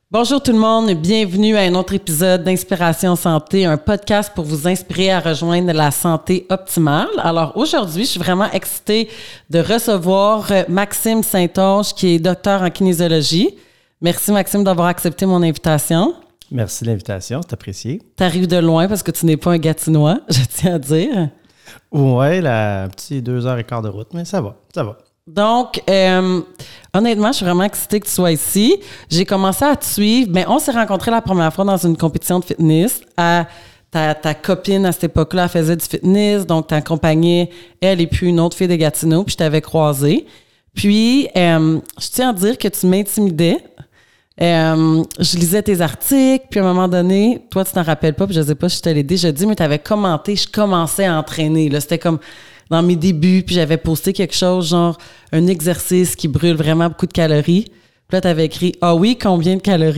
Bonjour tout le monde, bienvenue à un autre épisode d'Inspiration Santé, un podcast pour vous inspirer à rejoindre la santé optimale. Alors aujourd'hui, je suis vraiment excitée de recevoir Maxime Saint-Onge, qui est docteur en kinésiologie. Merci Maxime d'avoir accepté mon invitation. Merci de l'invitation, c'est apprécié. Tu arrives de loin parce que tu n'es pas un Gatinois, je tiens à dire. Ouais, un petit 2h15 de route, mais ça va. Donc, honnêtement, je suis vraiment excitée que tu sois ici. J'ai commencé à te suivre. Mais on s'est rencontrés la première fois dans une compétition de fitness. Ta copine, à cette époque-là, elle faisait du fitness. Donc, tu accompagnais elle et puis une autre fille de Gatineau. Puis, je t'avais croisée. Puis, je tiens à dire que tu m'intimidais. Je lisais tes articles. Puis, à un moment donné, toi, tu t'en rappelles pas. Puis, je sais pas si je te l'ai dit. Je dis, mais tu avais commenté. Je commençais à entraîner. Là, c'était comme dans mes débuts, puis j'avais posté quelque chose, genre un exercice qui brûle vraiment beaucoup de calories. Puis là, t'avais écrit « Ah oui, combien de calories? »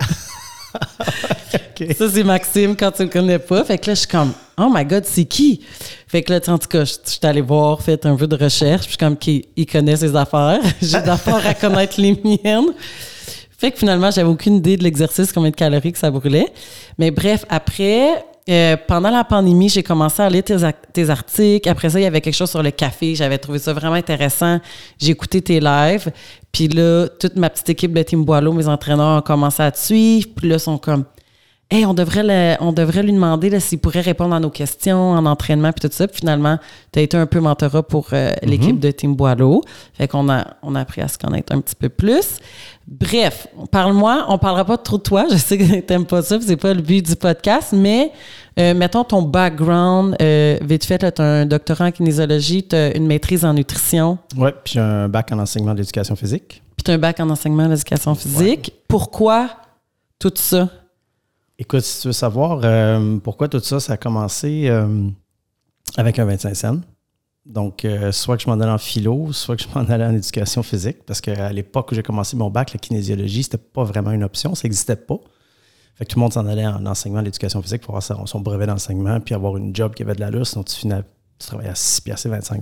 Okay. Ça, c'est Maxime quand tu le connais pas. Fait que là, je suis comme « Oh my God, c'est qui? » Fait que là, en tout cas, je suis allée voir, fait un peu de recherche, puis je suis comme qu'il connaît ses affaires. J'ai d'affaires à connaître les miennes. Fait que finalement, j'avais aucune idée de l'exercice, combien de calories que ça brûlait. Mais bref, après... pendant la pandémie, j'ai commencé à lire tes articles. Après ça, il y avait quelque chose sur le café. J'avais trouvé ça vraiment intéressant. J'ai écouté tes lives. Puis là, toute ma petite équipe de Team Boileau, mes entraîneurs ont commencé à te suivre. Puis là, ils sont comme « Hey, on devrait lui demander là, s'il pourrait répondre à nos questions en entraînement. » Puis tout ça. Puis finalement, tu as été un peu mentorat pour l'équipe de Team Boileau. Fait qu'on a appris à se connaître un petit peu plus. Bref, parle-moi. On parlera pas trop de toi. Je sais que t'aimes pas ça, puis c'est pas le but du podcast, mais mettons ton background. Vite fait, tu as un doctorat en kinésiologie, tu as une maîtrise en nutrition. Oui, puis j'ai un bac en enseignement de l'éducation physique. Puis tu as un bac en enseignement de l'éducation physique. Ouais. Pourquoi tout ça? Écoute, si tu veux savoir pourquoi tout ça, ça a commencé avec un 25 cents. Donc, soit que je m'en allais en philo, soit que je m'en allais en éducation physique, parce qu'à l'époque où j'ai commencé mon bac, la kinésiologie, c'était pas vraiment une option, ça n'existait pas. Fait que tout le monde s'en allait en enseignement de l'éducation physique pour avoir son brevet d'enseignement, puis avoir une job qui avait de l'allure, sinon tu travaillais à 6 piastres et 25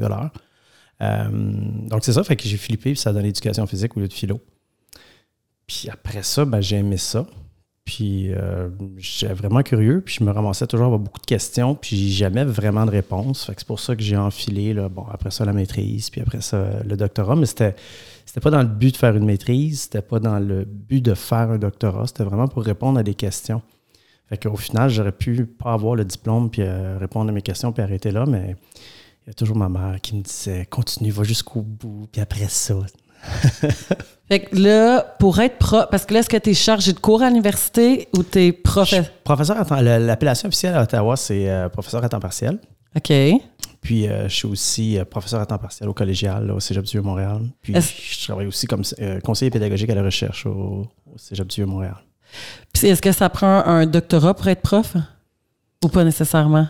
$. Donc, c'est ça, fait que j'ai flippé, puis ça a donné l'éducation physique au lieu de philo. Puis après ça, j'ai aimé ça. Puis j'étais vraiment curieux, puis je me ramassais toujours à avoir beaucoup de questions, puis j'ai jamais vraiment de réponse. Fait que c'est pour ça que j'ai enfilé, là, après ça, la maîtrise, puis après ça, le doctorat. Mais c'était pas dans le but de faire une maîtrise, c'était pas dans le but de faire un doctorat, c'était vraiment pour répondre à des questions. Fait qu'au final, j'aurais pu pas avoir le diplôme, puis répondre à mes questions, puis arrêter là, mais il y a toujours ma mère qui me disait « Continue, va jusqu'au bout, puis après ça... » Fait que là, pour être prof, parce que là, est-ce que tu es chargé de cours à l'université ou tu es professeur? Professeur à temps, l'appellation officielle à Ottawa, c'est professeur à temps partiel. OK. Puis, je suis aussi professeur à temps partiel au collégial, là, au Cégep du Vieux-Montréal. Puis, je travaille aussi comme conseiller pédagogique à la recherche au Cégep du Vieux-Montréal. Puis, est-ce que ça prend un doctorat pour être prof ou pas nécessairement?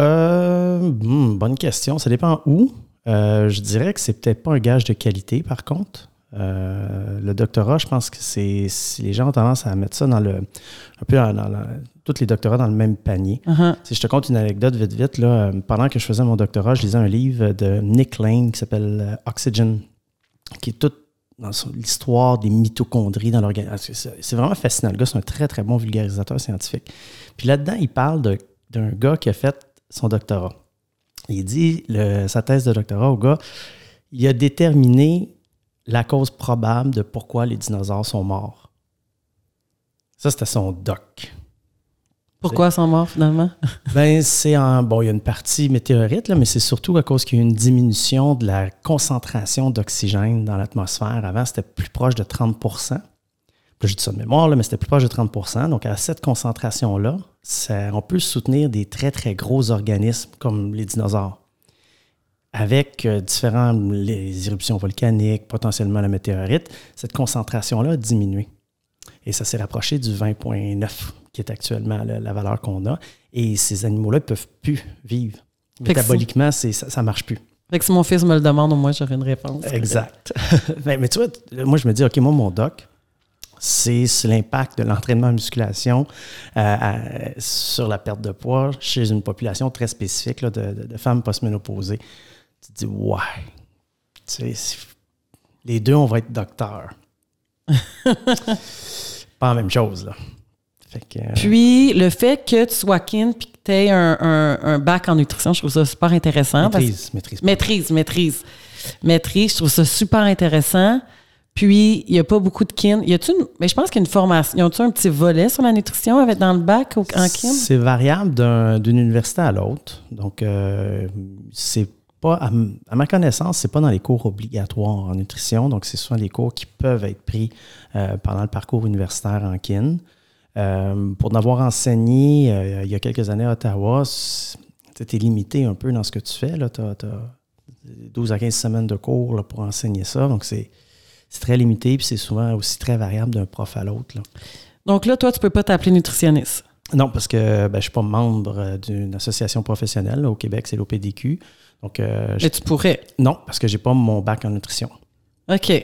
Bonne question. Ça dépend où. Je dirais que c'est peut-être pas un gage de qualité, par contre. Le doctorat, je pense que les gens ont tendance à mettre ça dans tous les doctorats dans le même panier. Uh-huh. Si je te conte une anecdote vite, là, pendant que je faisais mon doctorat, je lisais un livre de Nick Lane qui s'appelle Oxygen, qui est toute dans l'histoire des mitochondries dans l'organisme. C'est vraiment fascinant. Le gars, c'est un très, très bon vulgarisateur scientifique. Puis là-dedans, il parle d'un gars qui a fait son doctorat. Il dit, sa thèse de doctorat au gars, il a déterminé la cause probable de pourquoi les dinosaures sont morts. Ça, c'était son doc. Pourquoi ils sont morts, finalement? Il y a une partie météorite, là, mais c'est surtout à cause qu'il y a eu une diminution de la concentration d'oxygène dans l'atmosphère. Avant, c'était plus proche de 30 %. Je dis ça de mémoire, là, mais c'était plus proche de 30 %. Donc, à cette concentration-là, on peut soutenir des très, très gros organismes comme les dinosaures. Avec les éruptions volcaniques, potentiellement la météorite, cette concentration-là a diminué. Et ça s'est rapproché du 20,9, qui est actuellement la valeur qu'on a. Et ces animaux-là ne peuvent plus vivre. Métaboliquement, ça ne marche plus. Fait que si mon fils me le demande, au moins, j'aurai une réponse. Exact. Mais tu vois, moi, je me dis, OK, mon doc, c'est l'impact de l'entraînement en musculation sur la perte de poids chez une population très spécifique là, de femmes post-ménopausées. Tu te dis, ouais, tu sais, les deux, on va être docteurs. pas la même chose, là. Fait que, Puis, le fait que tu sois kin puis que tu aies un bac en nutrition, je trouve ça super intéressant. Maîtrise, je trouve ça super intéressant. Puis, il n'y a pas beaucoup de kin. Mais je pense qu'il y a une formation. Ils ont-tu un petit volet sur la nutrition dans le bac en kin? C'est variable d'une université à l'autre. Donc, c'est pas, à ma connaissance, c'est pas dans les cours obligatoires en nutrition. Donc, c'est souvent des cours qui peuvent être pris pendant le parcours universitaire en kin. Pour en avoir enseigné il y a quelques années à Ottawa, tu es limité un peu dans ce que tu fais. Tu as 12 à 15 semaines de cours là, pour enseigner ça. Donc, c'est très limité puis c'est souvent aussi très variable d'un prof à l'autre. Là. Donc là, toi, tu ne peux pas t'appeler nutritionniste? Non, parce que je ne suis pas membre d'une association professionnelle. Là, au Québec, c'est l'OPDQ. Donc, mais tu pourrais? Non, parce que je n'ai pas mon bac en nutrition. OK.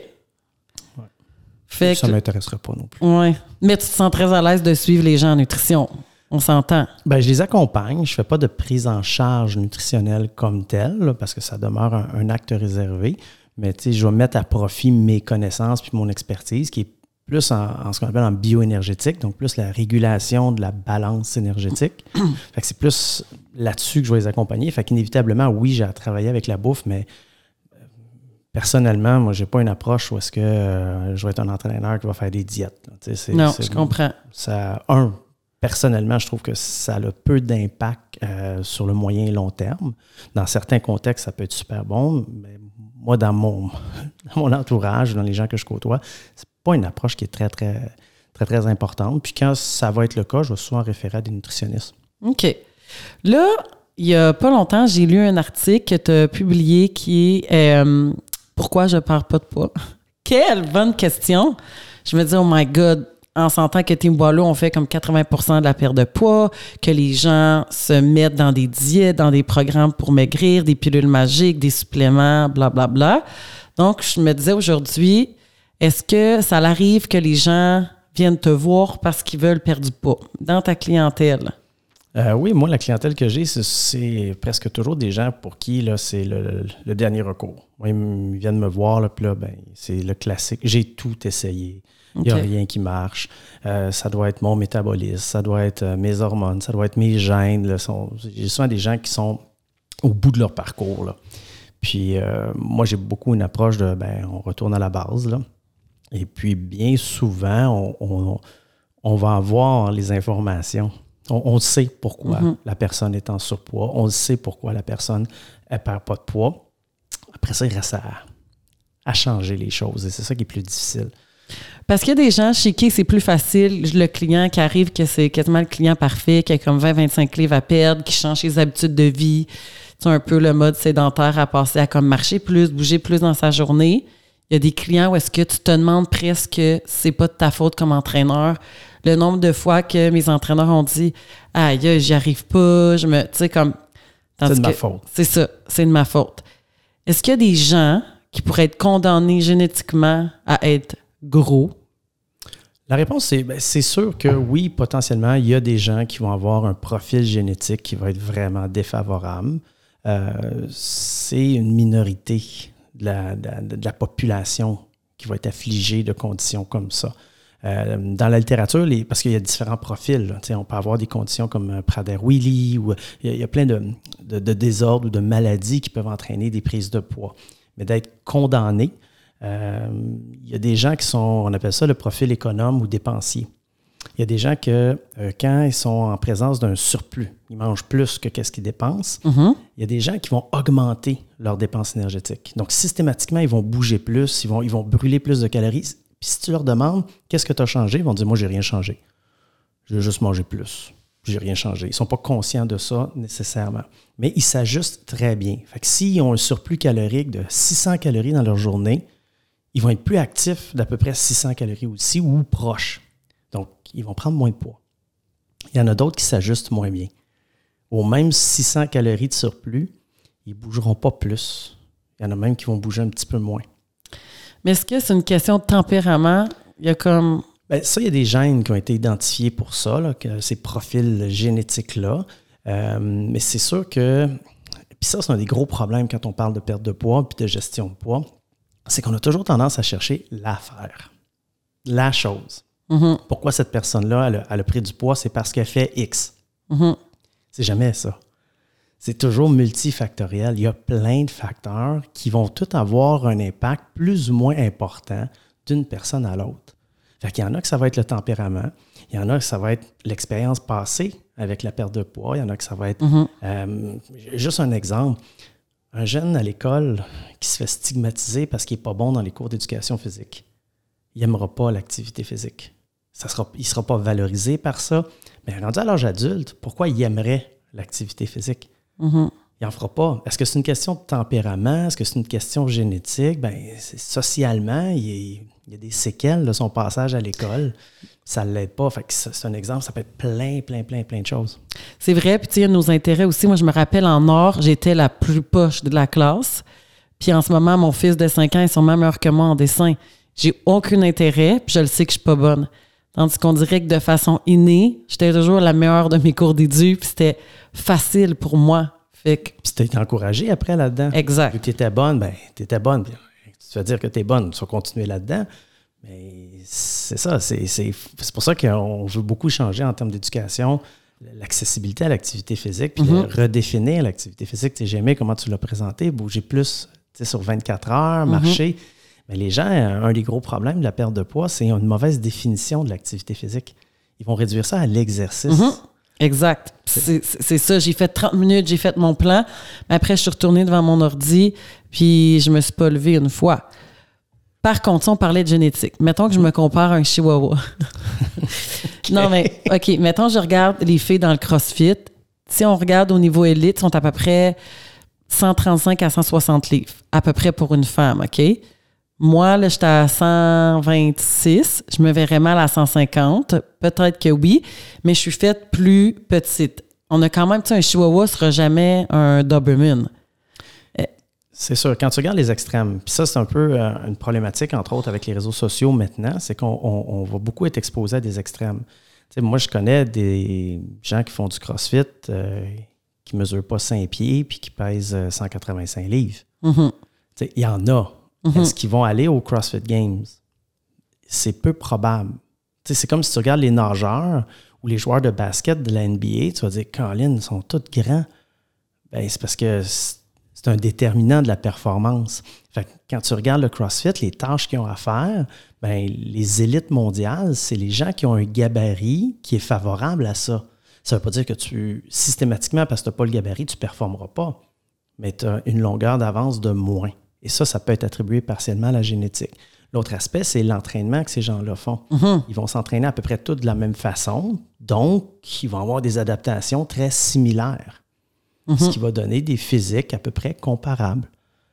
Ça ne m'intéresserait pas non plus. Oui. Mais tu te sens très à l'aise de suivre les gens en nutrition. On s'entend. Je les accompagne. Je ne fais pas de prise en charge nutritionnelle comme telle, là, parce que ça demeure un acte réservé. Mais je vais mettre à profit mes connaissances puis mon expertise, qui est plus en ce qu'on appelle en bioénergétique, donc plus la régulation de la balance énergétique. Fait que c'est plus là-dessus que je vais les accompagner. Fait qu'inévitablement, oui, j'ai à travailler avec la bouffe, mais personnellement, moi, j'ai pas une approche où est-ce que je vais être un entraîneur qui va faire des diètes. Je comprends. Personnellement, je trouve que ça a peu d'impact sur le moyen et long terme. Dans certains contextes, ça peut être super bon, mais moi, dans mon entourage, dans les gens que je côtoie, c'est pas une approche qui est très, très, très, très importante. Puis quand ça va être le cas, je vais souvent référer à des nutritionnistes. OK. Là, il n'y a pas longtemps, j'ai lu un article que tu as publié qui est Pourquoi je ne perds pas de poids? Quelle bonne question! Je me dis, oh my God, en sentant que Team Boileau, on fait comme 80% de la perte de poids, que les gens se mettent dans des diètes, dans des programmes pour maigrir, des pilules magiques, des suppléments, blablabla. Bla, bla. Donc, je me disais aujourd'hui, est-ce que ça arrive que les gens viennent te voir parce qu'ils veulent perdre du poids dans ta clientèle? Oui, moi, la clientèle que j'ai, c'est presque toujours des gens pour qui là, c'est le dernier recours. Moi, ils viennent me voir, là, puis là, c'est le classique. J'ai tout essayé. Il n'y a rien qui marche. Ça doit être mon métabolisme, ça doit être mes hormones, ça doit être mes gènes. Là, j'ai souvent des gens qui sont au bout de leur parcours. Là. Puis moi, j'ai beaucoup une approche de, on retourne à la base. Là. Et puis, bien souvent, on va avoir les informations. On sait pourquoi la personne est en surpoids. On sait pourquoi la personne ne perd pas de poids. Après ça, il reste à changer les choses. Et c'est ça qui est plus difficile. Parce qu'il y a des gens chez qui c'est plus facile, le client qui arrive, que c'est quasiment le client parfait, qui a comme 20-25 livres à perdre, qui change ses habitudes de vie, un peu le mode sédentaire à passer à comme marcher plus, bouger plus dans sa journée. Il y a des clients où est-ce que tu te demandes presque c'est pas de ta faute comme entraîneur. Le nombre de fois que mes entraîneurs ont dit « Aïe, j'y arrive pas, tu sais, comme... » C'est de ma faute. C'est ça, c'est de ma faute. Est-ce qu'il y a des gens qui pourraient être condamnés génétiquement à être gros? La réponse, c'est sûr que oui, potentiellement, il y a des gens qui vont avoir un profil génétique qui va être vraiment défavorable. C'est une minorité de la population qui va être affligée de conditions comme ça. Dans la littérature, parce qu'il y a différents profils. On peut avoir des conditions comme Prader-Willi, ou il y a plein de désordres ou de maladies qui peuvent entraîner des prises de poids. Mais d'être condamné, il y a des gens qui sont, on appelle ça le profil économe ou dépensier. Il y a des gens que, quand ils sont en présence d'un surplus, ils mangent plus que qu'est-ce qu'ils dépensent. Il y a des gens qui vont augmenter leurs dépenses énergétiques. Donc, systématiquement, ils vont bouger plus, ils vont brûler plus de calories. Puis si tu leur demandes « Qu'est-ce que tu as changé? » Ils vont dire « Moi, j'ai rien changé. Je vais juste manger plus. J'ai rien changé. » Ils ne sont pas conscients de ça nécessairement. Mais ils s'ajustent très bien. Fait que s'ils ont un surplus calorique de 600 calories dans leur journée, ils vont être plus actifs d'à peu près 600 calories aussi ou proches. Donc, ils vont prendre moins de poids. Il y en a d'autres qui s'ajustent moins bien. Aux mêmes 600 calories de surplus, ils ne bougeront pas plus. Il y en a même qui vont bouger un petit peu moins. Mais est-ce que c'est une question de tempérament? Il y a comme... Ça, il y a des gènes qui ont été identifiés pour ça, là, ces profils génétiques-là. Mais c'est sûr que... Puis ça, c'est un des gros problèmes quand on parle de perte de poids puis de gestion de poids. C'est qu'on a toujours tendance à chercher l'affaire, la chose. Mhm. Pourquoi cette personne-là, elle a pris du poids? C'est parce qu'elle fait X. Mhm. C'est jamais ça. C'est toujours multifactoriel. Il y a plein de facteurs qui vont tous avoir un impact plus ou moins important d'une personne à l'autre. Fait qu'il y en a que ça va être le tempérament, il y en a que ça va être l'expérience passée avec la perte de poids, il y en a que ça va être... juste un exemple, un jeune à l'école qui se fait stigmatiser parce qu'il n'est pas bon dans les cours d'éducation physique, il n'aimera pas l'activité physique. Il ne sera pas valorisé par ça. Mais rendu à l'âge adulte, pourquoi il aimerait l'activité physique? Il n'en fera pas. Est-ce que c'est une question de tempérament? Est-ce que c'est une question génétique? Socialement, il y a des séquelles de son passage à l'école. Ça ne l'aide pas. Fait que c'est un exemple. Ça peut être plein de choses. C'est vrai. Puis, tu sais, nos intérêts aussi. Moi, je me rappelle, en art, j'étais la plus poche de la classe. Puis, en ce moment, mon fils de 5 ans est sûrement meilleur que moi en dessin. J'ai aucun intérêt, puis je le sais que je suis pas bonne. Tandis qu'on dirait que de façon innée, j'étais toujours la meilleure de mes cours d'édu, puis c'était facile pour moi. Fait que... Puis tu t'es encouragé après là-dedans. Exact. Vu que tu étais bonne, tu étais bonne. Puis, tu vas dire que tu es bonne, tu vas continuer là-dedans. Mais c'est ça, c'est pour ça qu'on veut beaucoup changer en termes d'éducation, l'accessibilité à l'activité physique, puis redéfinir l'activité physique. J'ai aimé comment tu l'as présenté, bouger plus sur 24 heures, marcher. Mais les gens, un des gros problèmes de la perte de poids, c'est une mauvaise définition de l'activité physique. Ils vont réduire ça à l'exercice. Exact. C'est ça. J'ai fait 30 minutes, j'ai fait mon plan. Après, je suis retournée devant mon ordi, puis je me suis pas levée une fois. Par contre, si on parlait de génétique, mettons que je me compare à un chihuahua. Okay. Non, mais OK, mettons que je regarde les filles dans le CrossFit. Si on regarde au niveau élite, ils sont à peu près 135 à 160 livres, à peu près pour une femme, OK? Moi, là, j'étais à 126. Je me verrais mal à 150. Peut-être que oui, mais je suis faite plus petite. On a quand même, tu sais, un chihuahua ne sera jamais un Doberman. C'est sûr. Quand tu regardes les extrêmes, puis ça, c'est un peu une problématique, entre autres, avec les réseaux sociaux maintenant, c'est qu'on va beaucoup être exposé à des extrêmes. Tu sais, moi, je connais des gens qui font du CrossFit, qui ne mesurent pas 5 pieds puis qui pèsent 185 livres. Tu sais, il y en a. Est-ce qu'ils vont aller aux CrossFit Games? C'est peu probable. Tu sais, c'est comme si tu regardes les nageurs ou les joueurs de basket de la NBA, tu vas dire, Colin, ils sont tous grands. Ben, c'est parce que c'est un déterminant de la performance. Fait que quand tu regardes le CrossFit, les tâches qu'ils ont à faire, ben, les élites mondiales, c'est les gens qui ont un gabarit qui est favorable à ça. Ça ne veut pas dire que systématiquement, parce que tu n'as pas le gabarit, tu ne performeras pas. Mais tu as une longueur d'avance de moins. Et ça peut être attribué partiellement à la génétique. L'autre aspect, c'est l'entraînement que ces gens-là font. Ils vont s'entraîner à peu près tous de la même façon, donc ils vont avoir des adaptations très similaires, ce qui va donner des physiques à peu près comparables.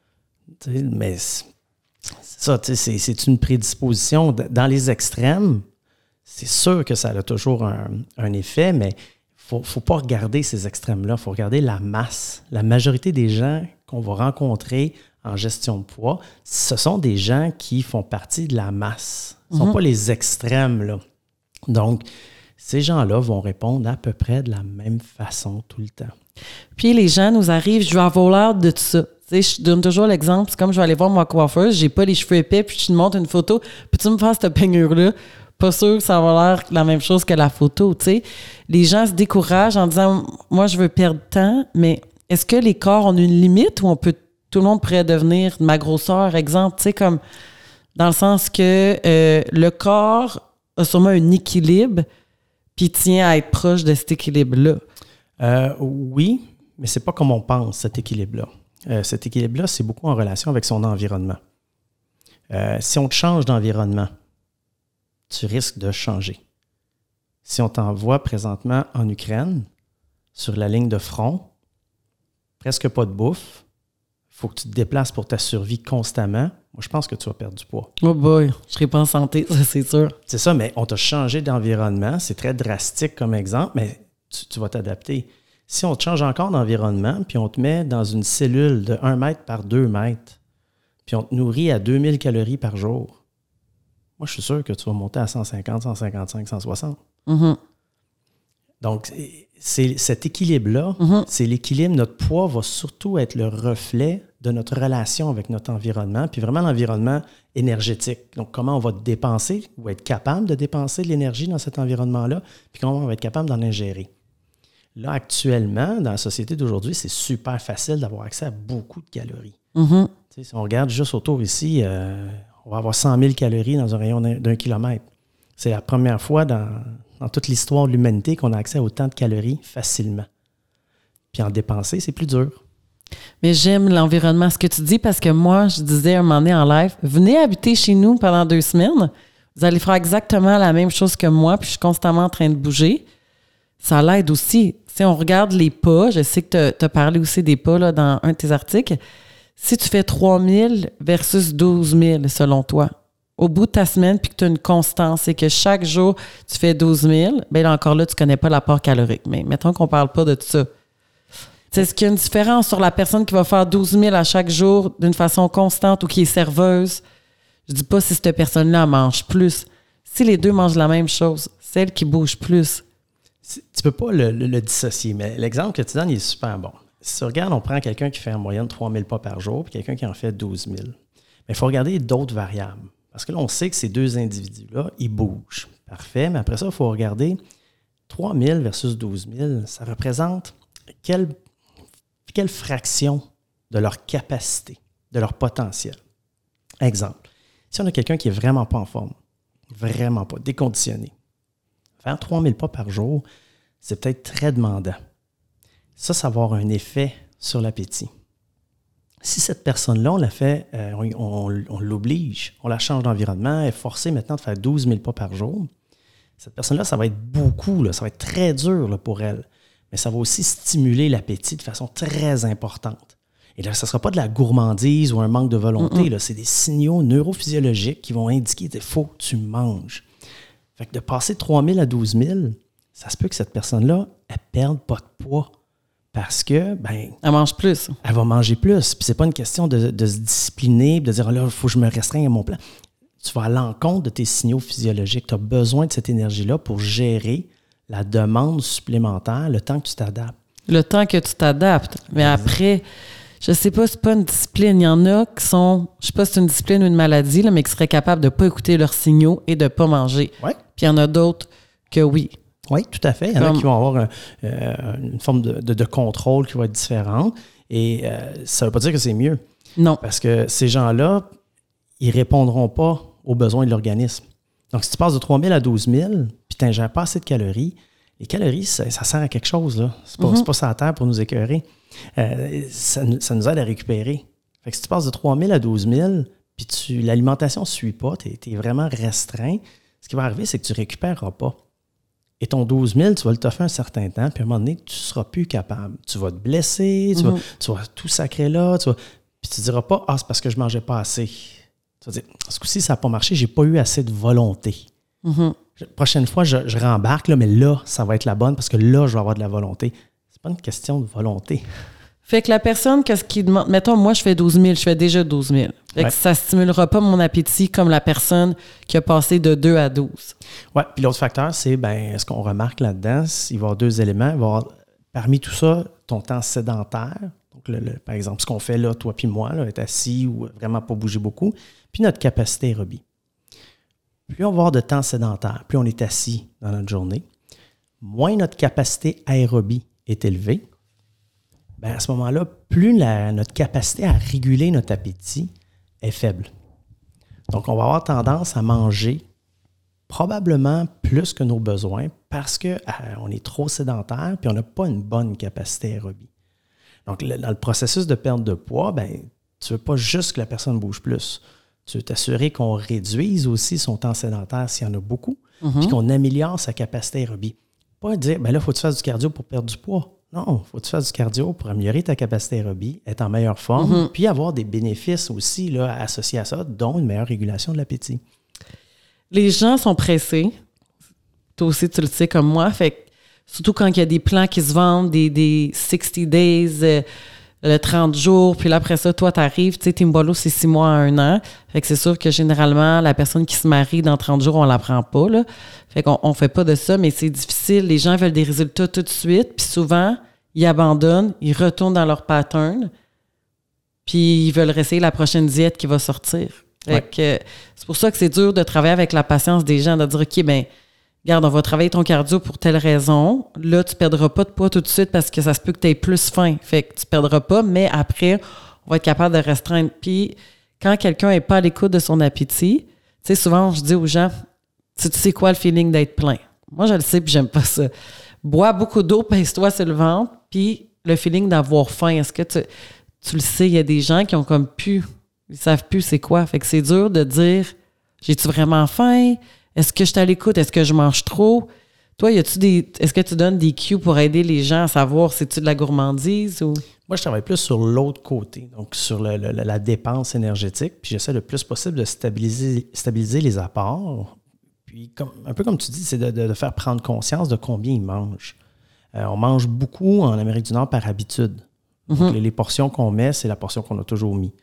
Mais c'est ça, c'est une prédisposition. Dans les extrêmes, c'est sûr que ça a toujours un effet, mais il ne faut pas regarder ces extrêmes-là, il faut regarder la masse. La majorité des gens qu'on va rencontrer en gestion de poids, ce sont des gens qui font partie de la masse. Ce ne sont pas les extrêmes, là. Donc, ces gens-là vont répondre à peu près de la même façon tout le temps. Puis les gens nous arrivent, je veux avoir l'air de tout ça. Tu sais, je donne toujours l'exemple, c'est comme je vais aller voir ma coiffeuse, j'ai pas les cheveux épais, puis je te montre une photo, puis tu me fasses cette peignure-là. Pas sûr que ça va l'air la même chose que la photo, tu sais. Les gens se découragent en disant, moi, je veux perdre de temps, mais est-ce que les corps ont une limite ou tout le monde pourrait devenir ma grosseur, exemple, tu sais, comme dans le sens que le corps a sûrement un équilibre puis tient à être proche de cet équilibre-là. Oui, mais c'est pas comme on pense, cet équilibre-là. Cet équilibre-là, c'est beaucoup en relation avec son environnement. Si on te change d'environnement, tu risques de changer. Si on t'envoie présentement en Ukraine, sur la ligne de front, presque pas de bouffe, il faut que tu te déplaces pour ta survie constamment. Moi, je pense que tu vas perdre du poids. Oh boy, je serai pas en santé, ça c'est sûr. C'est ça, mais on t'a changé d'environnement. C'est très drastique comme exemple, mais tu vas t'adapter. Si on te change encore d'environnement, puis on te met dans une cellule de 1 mètre par 2 mètres, puis on te nourrit à 2000 calories par jour, moi, je suis sûr que tu vas monter à 150, 155, 160. Donc, c'est cet équilibre-là, c'est l'équilibre. Notre poids va surtout être le reflet de notre relation avec notre environnement, puis vraiment l'environnement énergétique. Donc, comment on va dépenser ou être capable de dépenser de l'énergie dans cet environnement-là, puis comment on va être capable d'en ingérer. Là, actuellement, dans la société d'aujourd'hui, c'est super facile d'avoir accès à beaucoup de calories. Mm-hmm. Si on regarde juste autour ici, on va avoir 100 000 calories dans un rayon d'1 kilomètre. C'est la première fois dans toute l'histoire de l'humanité qu'on a accès à autant de calories facilement. Puis en dépenser, c'est plus dur. Mais j'aime l'environnement, ce que tu dis, parce que moi, je disais un moment donné en live, venez habiter chez nous pendant 2 semaines, vous allez faire exactement la même chose que moi, puis je suis constamment en train de bouger. Ça l'aide aussi. Si on regarde les pas, je sais que tu as parlé aussi des pas là, dans un de tes articles, si tu fais 3 000 versus 12 000 selon toi, au bout de ta semaine, puis que tu as une constance et que chaque jour, tu fais 12 000, bien là, encore là, tu ne connais pas l'apport calorique. Mais mettons qu'on ne parle pas de tout ça. Est-ce qu'il y a une différence sur la personne qui va faire 12 000 à chaque jour d'une façon constante ou qui est serveuse? Je ne dis pas si cette personne-là mange plus. Si les deux mangent la même chose, celle qui bouge plus. Tu ne peux pas le dissocier, mais l'exemple que tu donnes, il est super bon. Si tu regardes, on prend quelqu'un qui fait en moyenne 3 000 pas par jour, puis quelqu'un qui en fait 12 000. Mais il faut regarder d'autres variables. Parce que là, on sait que ces deux individus-là, ils bougent. Parfait, mais après ça, il faut regarder 3 000 versus 12 000, ça représente quelle fraction de leur capacité, de leur potentiel. Exemple, si on a quelqu'un qui n'est vraiment pas en forme, vraiment pas, déconditionné, faire 3 000 pas par jour, c'est peut-être très demandant. Ça va avoir un effet sur l'appétit. Si cette personne-là, on la fait, on l'oblige, on la change d'environnement, elle est forcée maintenant de faire 12 000 pas par jour, cette personne-là, ça va être beaucoup, là, ça va être très dur là, pour elle. Mais ça va aussi stimuler l'appétit de façon très importante. Et là, ça ne sera pas de la gourmandise ou un manque de volonté. Là, c'est des signaux neurophysiologiques qui vont indiquer qu'il faut que tu manges. Fait que de passer de 3 000 à 12 000, ça se peut que cette personne-là, elle ne perde pas de poids. Parce que, elle mange plus. Elle va manger plus. Puis c'est pas une question de se discipliner, de dire, là, il faut que je me restreigne à mon plan. Tu vas à l'encontre de tes signaux physiologiques. Tu as besoin de cette énergie-là pour gérer la demande supplémentaire, le temps que tu t'adaptes. Le temps que tu t'adaptes. Mais après, je sais pas, c'est pas une discipline. Il y en a qui sont, je sais pas si c'est une discipline ou une maladie, là, mais qui seraient capables de pas écouter leurs signaux et de pas manger. Ouais. Puis il y en a d'autres que oui. Oui, tout à fait. Il y en a qui vont avoir une forme de contrôle qui va être différente. Et ça ne veut pas dire que c'est mieux. Non. Parce que ces gens-là, ils ne répondront pas aux besoins de l'organisme. Donc, si tu passes de 3 000 à 12 000, puis tu n'ingères pas assez de calories, les calories, ça sert à quelque chose. Là. C'est pas sur la terre pour nous écœurer. Ça nous aide à récupérer. Fait que si tu passes de 3 000 à 12 000, puis l'alimentation ne suit pas, tu es vraiment restreint, ce qui va arriver, c'est que tu ne récupéreras pas. Et ton 12 000, tu vas le toffer un certain temps, puis à un moment donné, tu ne seras plus capable. Tu vas te blesser, tu vas tout sacrer là, puis tu ne diras pas « Ah, c'est parce que je ne mangeais pas assez ». Tu vas dire « Ce coup-ci, ça n'a pas marché, je n'ai pas eu assez de volonté ». Prochaine fois, je rembarque, là, mais là, ça va être la bonne parce que là, je vais avoir de la volonté. C'est pas une question de volonté. Fait que la personne, qu'est-ce qu'il demande? Mettons, moi, je fais 12 000, je fais déjà 12 000. Fait que ça ne stimulera pas mon appétit comme la personne qui a passé de 2 à 12. Oui, puis l'autre facteur, c'est, ce qu'on remarque là-dedans, il va y avoir 2 éléments. Il va y avoir, parmi tout ça, ton temps sédentaire. Donc, par exemple, ce qu'on fait là, toi puis moi, là, être assis ou vraiment pas bouger beaucoup. Puis notre capacité aérobie. Plus on va avoir de temps sédentaire, plus on est assis dans notre journée, moins notre capacité aérobie est élevée. À ce moment-là, plus notre capacité à réguler notre appétit est faible. Donc, on va avoir tendance à manger probablement plus que nos besoins parce qu'on est trop sédentaire puis on n'a pas une bonne capacité aérobie. Donc, dans le processus de perte de poids, tu ne veux pas juste que la personne bouge plus. Tu veux t'assurer qu'on réduise aussi son temps sédentaire s'il y en a beaucoup, puis qu'on améliore sa capacité aérobie. Pas dire, là, il faut que tu fasses du cardio pour perdre du poids. Non, il faut que tu fasses du cardio pour améliorer ta capacité aérobie, être en meilleure forme, puis avoir des bénéfices aussi là, associés à ça, dont une meilleure régulation de l'appétit. Les gens sont pressés. Toi aussi, tu le sais comme moi. Fait que, surtout quand il y a des plans qui se vendent, des 60 days, le 30 jours, puis là, après ça, toi, t'arrives, tu sais, Timbolo, c'est 6 mois à 1 an. Fait que c'est sûr que généralement, la personne qui se marie dans 30 jours, on la prend pas, là. Fait qu'on fait pas de ça, mais c'est difficile. Les gens veulent des résultats tout de suite, puis souvent, ils abandonnent, ils retournent dans leur pattern. puis ils veulent réessayer la prochaine diète qui va sortir. Fait que, c'est pour ça que c'est dur de travailler avec la patience des gens, de dire, OK, ben regarde, on va travailler ton cardio pour telle raison. Là, tu ne perdras pas de poids tout de suite parce que ça se peut que tu aies plus faim. Fait que tu ne perdras pas, mais après, on va être capable de restreindre. Puis, quand quelqu'un n'est pas à l'écoute de son appétit, tu sais, souvent, je dis aux gens, tu sais quoi le feeling d'être plein? Moi, je le sais, puis j'aime pas ça. Bois beaucoup d'eau, pèse-toi sur le ventre, puis le feeling d'avoir faim. Est-ce que tu le sais, il y a des gens qui ont comme ils savent plus c'est quoi. Fait que c'est dur de dire, j'ai-tu vraiment faim? Est-ce que je suis à l'écoute? Est-ce que je mange trop? Toi, est-ce que tu donnes des cues pour aider les gens à savoir si tu de la gourmandise ou? Moi, je travaille plus sur l'autre côté, donc sur la dépense énergétique, puis j'essaie le plus possible de stabiliser les apports. Puis, un peu comme tu dis, c'est de faire prendre conscience de combien ils mangent. On mange beaucoup en Amérique du Nord par habitude. Donc, les portions qu'on met, c'est la portion qu'on a toujours mis.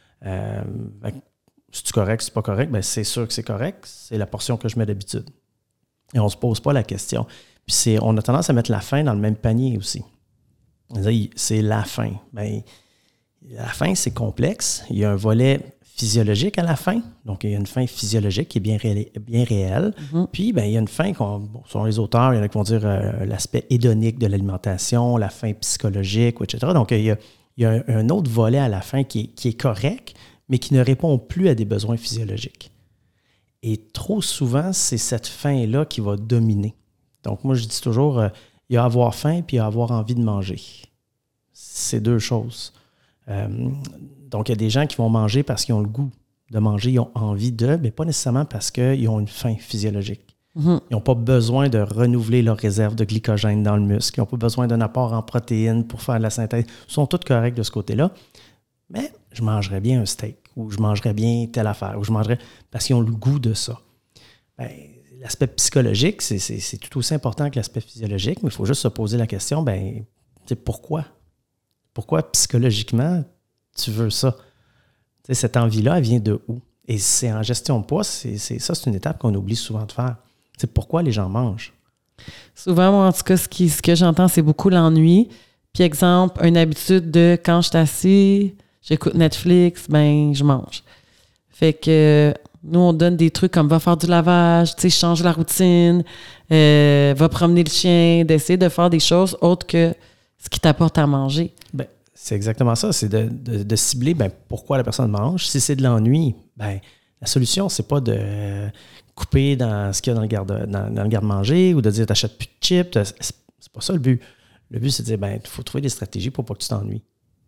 C'est-tu correct, c'est pas correct? Bien, c'est sûr que c'est correct. C'est la portion que je mets d'habitude. Et on ne se pose pas la question. Puis on a tendance à mettre la faim dans le même panier aussi. C'est la faim. Bien, la faim, c'est complexe. Il y a un volet physiologique à la faim. Donc, il y a une faim physiologique qui est bien réelle. Puis, bien, il y a une faim, selon les auteurs, il y en a qui vont dire l'aspect hédonique de l'alimentation, la faim psychologique, etc. Donc, il y a un autre volet à la faim qui est correct, mais qui ne répond plus à des besoins physiologiques. Et trop souvent, c'est cette faim-là qui va dominer. Donc, moi, je dis toujours, il y a avoir faim puis il y a avoir envie de manger. C'est deux choses. Donc, il y a des gens qui vont manger parce qu'ils ont le goût de manger, ils ont envie de, mais pas nécessairement parce qu'ils ont une faim physiologique. Ils n'ont pas besoin de renouveler leur réserve de glycogène dans le muscle. Ils n'ont pas besoin d'un apport en protéines pour faire de la synthèse. Ils sont tous corrects de ce côté-là. Mais je mangerais bien un steak ou je mangerais bien telle affaire ou je mangerais parce qu'ils ont le goût de ça. Bien, l'aspect psychologique, c'est tout aussi important que l'aspect physiologique, mais il faut juste se poser la question, bien, pourquoi? Pourquoi psychologiquement tu veux ça? T'sais, cette envie-là, elle vient de où? Et c'est en gestion de poids, c'est une étape qu'on oublie souvent de faire. C'est pourquoi les gens mangent. Souvent, moi, en tout cas, ce que j'entends, c'est beaucoup l'ennui. Puis, exemple, une habitude de quand je suis assis, j'écoute Netflix, ben je mange. Fait que nous, on donne des trucs comme va faire du lavage, tu sais, change la routine, va promener le chien, d'essayer de faire des choses autres que ce qui t'apporte à manger. Ben, c'est exactement ça, c'est de cibler pourquoi la personne mange. Si c'est de l'ennui, la solution, c'est pas de couper dans ce qu'il y a dans le garde-manger ou de dire t'achètes plus de chips. C'est pas ça le but. Le but, c'est de dire, il faut trouver des stratégies pour pas que tu t'ennuies.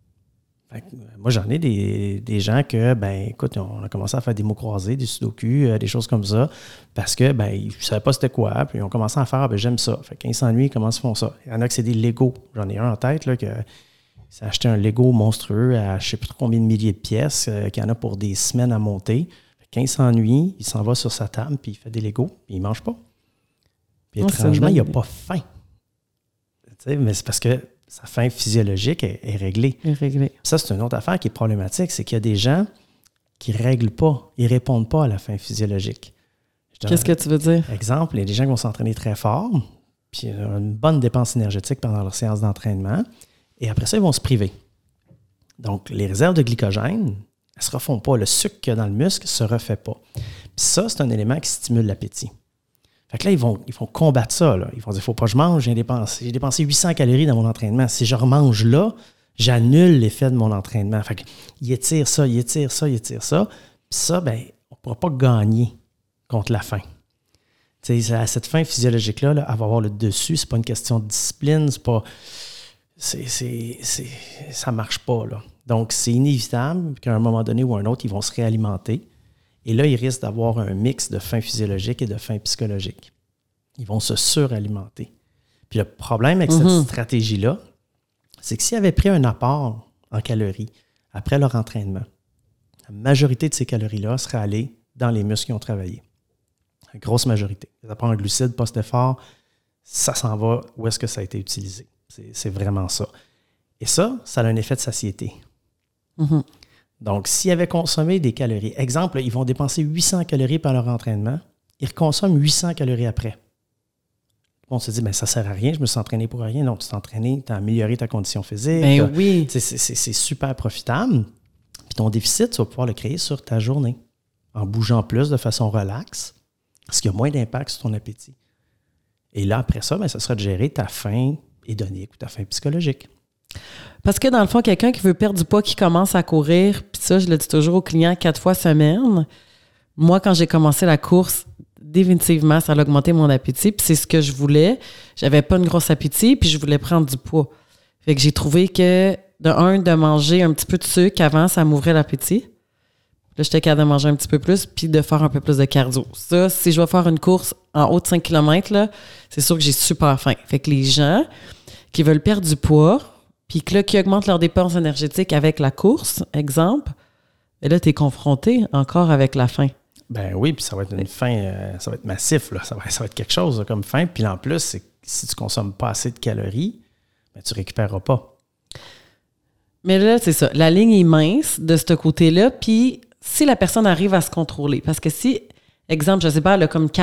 Moi, j'en ai des gens que, écoute, on a commencé à faire des mots croisés, des sudoku, des choses comme ça, parce que, ils ne savaient pas c'était quoi, puis ils ont commencé à faire, j'aime ça. Fait qu'ils s'ennuient, comment ils font ça? Il y en a que c'est des Legos. J'en ai un en tête, là, que s'est acheté un Lego monstrueux à je ne sais plus trop combien de milliers de pièces, qu'il y en a pour des semaines à monter. Quand il s'ennuie, il s'en va sur sa table, puis il fait des Legos, puis il ne mange pas. Puis étrangement, il n'a pas faim. Mais c'est parce que sa faim physiologique est réglée. Ça, c'est une autre affaire qui est problématique, c'est qu'il y a des gens qui ne règlent pas, ils ne répondent pas à la faim physiologique. Qu'est-ce que tu veux dire? Exemple, il y a des gens qui vont s'entraîner très fort, puis une bonne dépense énergétique pendant leur séance d'entraînement, et après ça, ils vont se priver. Donc, les réserves de glycogène, elles ne se refont pas. Le sucre qu'il y a dans le muscle ne se refait pas. Puis ça, c'est un élément qui stimule l'appétit. Fait que là, ils vont combattre ça. Là. Ils vont dire, il ne faut pas que je mange, j'ai dépensé 800 calories dans mon entraînement. Si je remange là, j'annule l'effet de mon entraînement. Fait qu'il étire ça. Puis ça, on ne pourra pas gagner contre la faim. Cette faim physiologique-là, elle va avoir le dessus. C'est pas une question de discipline. C'est pas... ça marche pas. Là. Donc, c'est inévitable qu'à un moment donné ou un autre, ils vont se réalimenter. Et là, ils risquent d'avoir un mix de faim physiologique et de faim psychologique. Ils vont se suralimenter. Puis le problème avec cette stratégie-là, c'est que s'ils avaient pris un apport en calories après leur entraînement, la majorité de ces calories-là seraient allées dans les muscles qui ont travaillé. La grosse majorité. Les apports en glucides post-effort, ça s'en va où est-ce que ça a été utilisé. C'est vraiment ça. Et ça a un effet de satiété. Donc, s'ils avaient consommé des calories, exemple, ils vont dépenser 800 calories par leur entraînement, ils reconsomment 800 calories après. On se dit, ça ne sert à rien, je me suis entraîné pour rien. Non, tu t'es entraîné, tu as amélioré ta condition physique. Oui. C'est super profitable. ton déficit, tu vas pouvoir le créer sur ta journée, en bougeant plus de façon relaxe, ce qui a moins d'impact sur ton appétit. Et là, après ça, ça sera de gérer ta faim hédonique ou ta faim psychologique. Parce que dans le fond, quelqu'un qui veut perdre du poids, qui commence à courir, puis ça, je le dis toujours aux clients 4 fois semaine. Moi, quand j'ai commencé la course, définitivement, ça a augmenté mon appétit. Puis c'est ce que je voulais. J'avais pas une grosse appétit, puis je voulais prendre du poids. Fait que j'ai trouvé que, de manger un petit peu de sucre avant, ça m'ouvrait l'appétit. Là, j'étais capable de manger un petit peu plus, puis de faire un peu plus de cardio. Ça, si je vais faire une course en haut de 5 km, là, c'est sûr que j'ai super faim. Fait que les gens qui veulent perdre du poids, puis que là, qui augmentent leurs dépenses énergétiques avec la course, exemple, et là, tu es confronté encore avec la faim. Ben oui, puis ça va être une faim, ça va être massif, là. Ça va être quelque chose là, comme faim. Puis en plus, c'est que si tu ne consommes pas assez de calories, ben, tu ne récupéreras pas. Mais là, c'est ça. La ligne est mince de ce côté-là, puis si la personne arrive à se contrôler, parce que si, exemple, je ne sais pas, elle a comme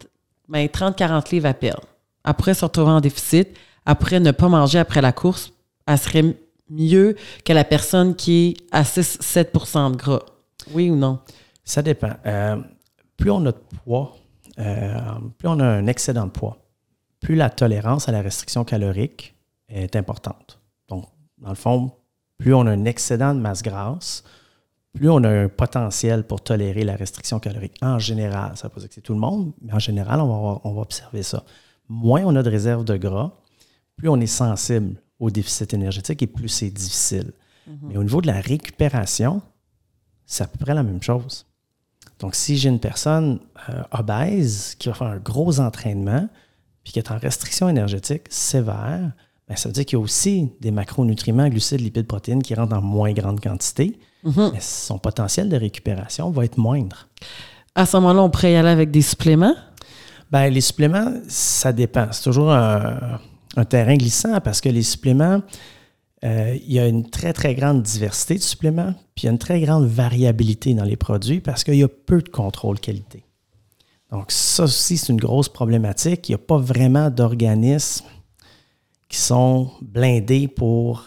30-40 livres à perdre, après se retrouver en déficit, après ne pas manger après la course, elle serait mieux que la personne qui est à 6-7% de gras. Oui ou non? Ça dépend. Plus on a de poids, plus on a un excédent de poids, plus la tolérance à la restriction calorique est importante. Donc, dans le fond, plus on a un excédent de masse grasse, plus on a un potentiel pour tolérer la restriction calorique. En général, ça ne veut pas dire que c'est tout le monde, mais en général, on va observer ça. Moins on a de réserve de gras, plus on est sensible au déficit énergétique et plus c'est difficile. Mm-hmm. Mais au niveau de la récupération, c'est à peu près la même chose. Donc, si j'ai une personne obèse qui va faire un gros entraînement puis qui est en restriction énergétique sévère, bien, ça veut dire qu'il y a aussi des macronutriments, glucides, lipides, protéines qui rentrent en moins grande quantité, mais son potentiel de récupération va être moindre. À ce moment-là, on pourrait y aller avec des suppléments? Bien, les suppléments, ça dépend. C'est toujours un terrain glissant parce que les suppléments, il y a une très, très grande diversité de suppléments, puis il y a une très grande variabilité dans les produits parce qu'il y a peu de contrôle qualité. Donc, ça aussi, c'est une grosse problématique. Il n'y a pas vraiment d'organismes qui sont blindés pour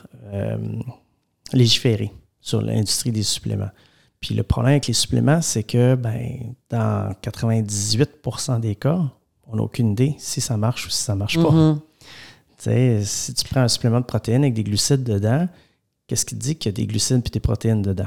légiférer sur l'industrie des suppléments. Puis le problème avec les suppléments, c'est que dans 98% des cas, on n'a aucune idée si ça marche ou si ça ne marche pas. Mm-hmm. Tu sais, si tu prends un supplément de protéines avec des glucides dedans, qu'est-ce qui te dit qu'il y a des glucides et des protéines dedans?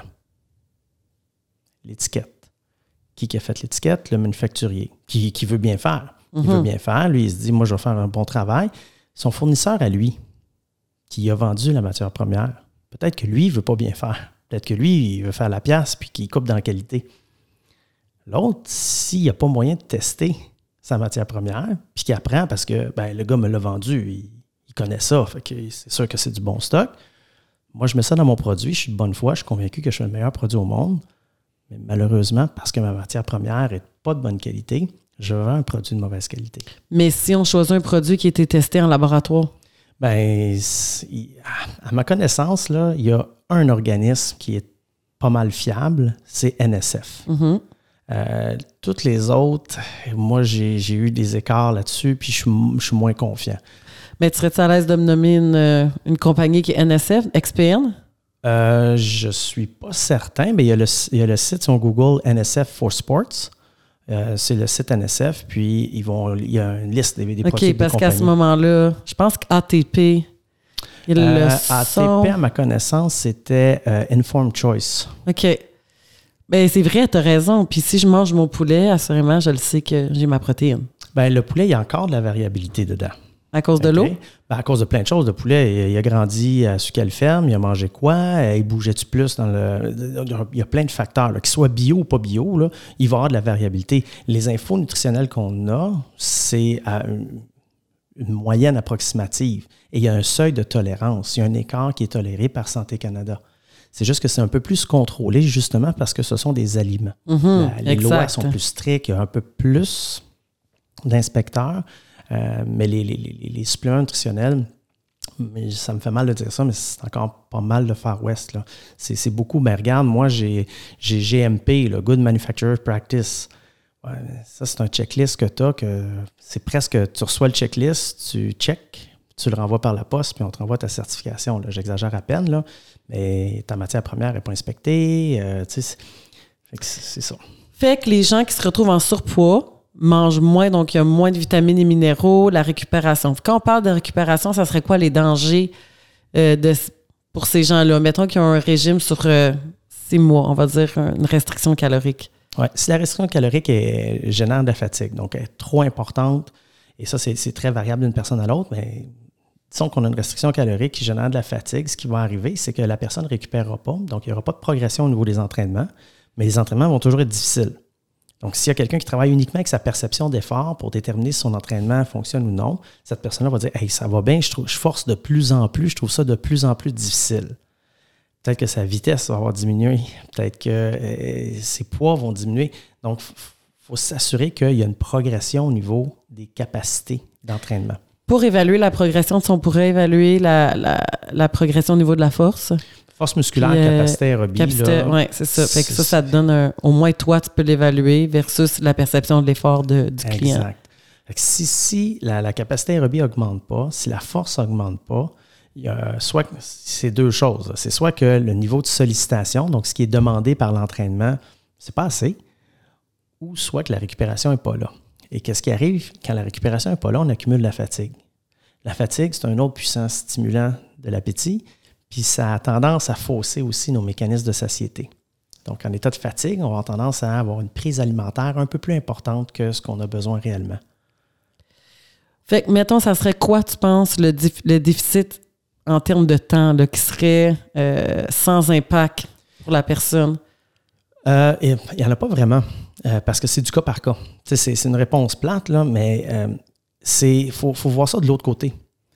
L'étiquette. Qui a fait l'étiquette? Le manufacturier. Qui veut bien faire. Mm-hmm. Il veut bien faire. Lui, il se dit, moi, je vais faire un bon travail. Son fournisseur à lui, qui a vendu la matière première, peut-être que lui, il ne veut pas bien faire. Peut-être que lui, il veut faire la pièce puis qu'il coupe dans la qualité. L'autre, s'il n'y a pas moyen de tester sa matière première, puis qu'il apprend parce que le gars me l'a vendu, il connaît ça, fait que c'est sûr que c'est du bon stock. Moi, je mets ça dans mon produit, je suis de bonne foi, je suis convaincu que je suis le meilleur produit au monde, mais malheureusement, parce que ma matière première n'est pas de bonne qualité, je vends un produit de mauvaise qualité. Mais si on choisit un produit qui a été testé en laboratoire? À ma connaissance, là, il y a un organisme qui est pas mal fiable, c'est NSF. Mm-hmm. Toutes les autres, moi, j'ai eu des écarts là-dessus, puis je suis moins confiant. Mais tu serais-tu à l'aise de me nommer une compagnie qui est NSF, XPN? Je suis pas certain, mais il y a le site, si on Google NSF for Sports, c'est le site NSF, puis il y a une liste des produits de compagnie. OK, parce qu'à ce moment-là, je pense qu'ATP, ATP, à ma connaissance, c'était Informed Choice. OK. Bien, c'est vrai, tu as raison. Puis si je mange mon poulet, assurément, je le sais que j'ai ma protéine. Bien, le poulet, il y a encore de la variabilité dedans. À cause de l'eau? À cause de plein de choses. Le poulet, il a grandi sur quelle ferme? Il a mangé quoi? Il bougeait-tu plus dans il y a plein de facteurs. Qu'il soit bio ou pas bio, là, il va y avoir de la variabilité. Les infos nutritionnelles qu'on a, c'est à une moyenne approximative. Et il y a un seuil de tolérance. Il y a un écart qui est toléré par Santé Canada. C'est juste que c'est un peu plus contrôlé, justement, parce que ce sont des aliments. Mm-hmm, les lois sont plus strictes, il y a un peu plus d'inspecteurs. Mais les suppléments nutritionnels, ça me fait mal de dire ça, mais c'est encore pas mal le Far West. Là. C'est beaucoup. Mais regarde, moi, j'ai GMP, le Good Manufacturer Practice. Ça, c'est un checklist que tu as, que c'est presque, tu reçois le checklist, tu check, tu le renvoies par la poste, puis on te renvoie ta certification. Là. J'exagère à peine, là, mais ta matière première n'est pas inspectée. C'est ça. Fait que les gens qui se retrouvent en surpoids mangent moins, donc il y a moins de vitamines et minéraux, la récupération. Quand on parle de récupération, ça serait quoi les dangers pour ces gens-là? Mettons qu'ils ont un régime sur 6 mois, on va dire une restriction calorique. Oui, si la restriction calorique génère de la fatigue, donc elle est trop importante, et ça, c'est très variable d'une personne à l'autre, mais disons qu'on a une restriction calorique qui génère de la fatigue, ce qui va arriver, c'est que la personne ne récupérera pas, donc il n'y aura pas de progression au niveau des entraînements, mais les entraînements vont toujours être difficiles. Donc, s'il y a quelqu'un qui travaille uniquement avec sa perception d'effort pour déterminer si son entraînement fonctionne ou non, cette personne-là va dire « Hey, ça va bien, je force de plus en plus, je trouve ça de plus en plus difficile. » Peut-être que sa vitesse va avoir diminué, peut-être que ses poids vont diminuer. Donc, il faut s'assurer qu'il y a une progression au niveau des capacités d'entraînement. Pour évaluer la progression, on pourrait évaluer la progression au niveau de la force. Force musculaire, capacité aérobie. Oui, c'est ça. Fait que ça te donne au moins toi, tu peux l'évaluer versus la perception de l'effort du client. Exact. Fait que si la capacité aérobie n'augmente pas, si la force n'augmente pas, il y a soit c'est deux choses. C'est soit que le niveau de sollicitation, donc ce qui est demandé par l'entraînement, c'est pas assez, ou soit que la récupération n'est pas là. Et qu'est-ce qui arrive quand la récupération n'est pas là? On accumule la fatigue. La fatigue, c'est un autre puissant stimulant de l'appétit, puis ça a tendance à fausser aussi nos mécanismes de satiété. Donc, en état de fatigue, on va avoir tendance à avoir une prise alimentaire un peu plus importante que ce qu'on a besoin réellement. Fait que, mettons, ça serait quoi, tu penses, le déficit en termes de temps là, qui serait sans impact pour la personne? Il n'y en a pas vraiment, parce que c'est du cas par cas. C'est une réponse plate, là, mais faut voir ça de l'autre côté.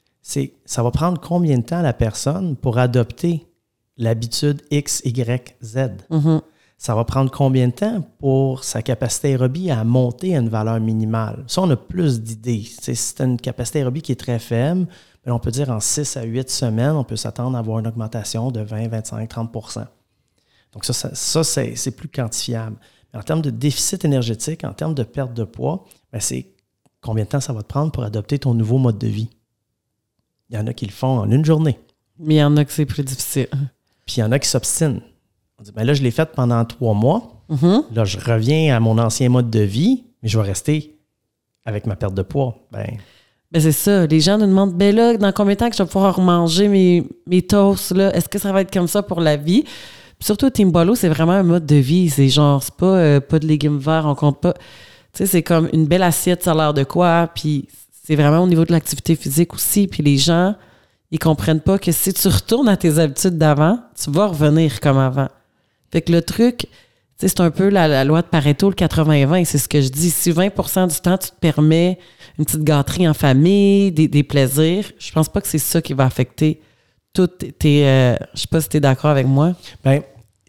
Ça va prendre combien de temps à la personne pour adopter l'habitude X, Y, Z? Mm-hmm. Ça va prendre combien de temps pour sa capacité aérobie à monter à une valeur minimale? Ça, on a plus d'idées. Si c'est une capacité aérobie qui est très faible, on peut dire en 6 à 8 semaines, on peut s'attendre à avoir une augmentation de 20, 25, 30 %. Donc ça c'est plus quantifiable. Mais en termes de déficit énergétique, en termes de perte de poids, c'est combien de temps ça va te prendre pour adopter ton nouveau mode de vie? Il y en a qui le font en une journée. Mais il y en a que c'est plus difficile. Puis il y en a qui s'obstinent. On dit, là, je l'ai fait pendant 3 mois. Mm-hmm. Là, je reviens à mon ancien mode de vie, mais je vais rester avec ma perte de poids. Ben c'est ça. Les gens nous demandent, là, dans combien de temps que je vais pouvoir manger mes toasts, là? Est-ce que ça va être comme ça pour la vie? Puis surtout, Team Boileau, c'est vraiment un mode de vie. C'est genre, c'est pas de légumes verts, on compte pas. Tu sais, c'est comme une belle assiette, ça a l'air de quoi. Puis c'est vraiment au niveau de l'activité physique aussi. Puis les gens, ils comprennent pas que si tu retournes à tes habitudes d'avant, tu vas revenir comme avant. Fait que le truc, c'est un peu la loi de Pareto, le 80-20, c'est ce que je dis. Si 20% du temps, tu te permets une petite gâterie en famille, des plaisirs, je pense pas que c'est ça qui va affecter toutes tes... je sais pas si tu es d'accord avec moi. Ben,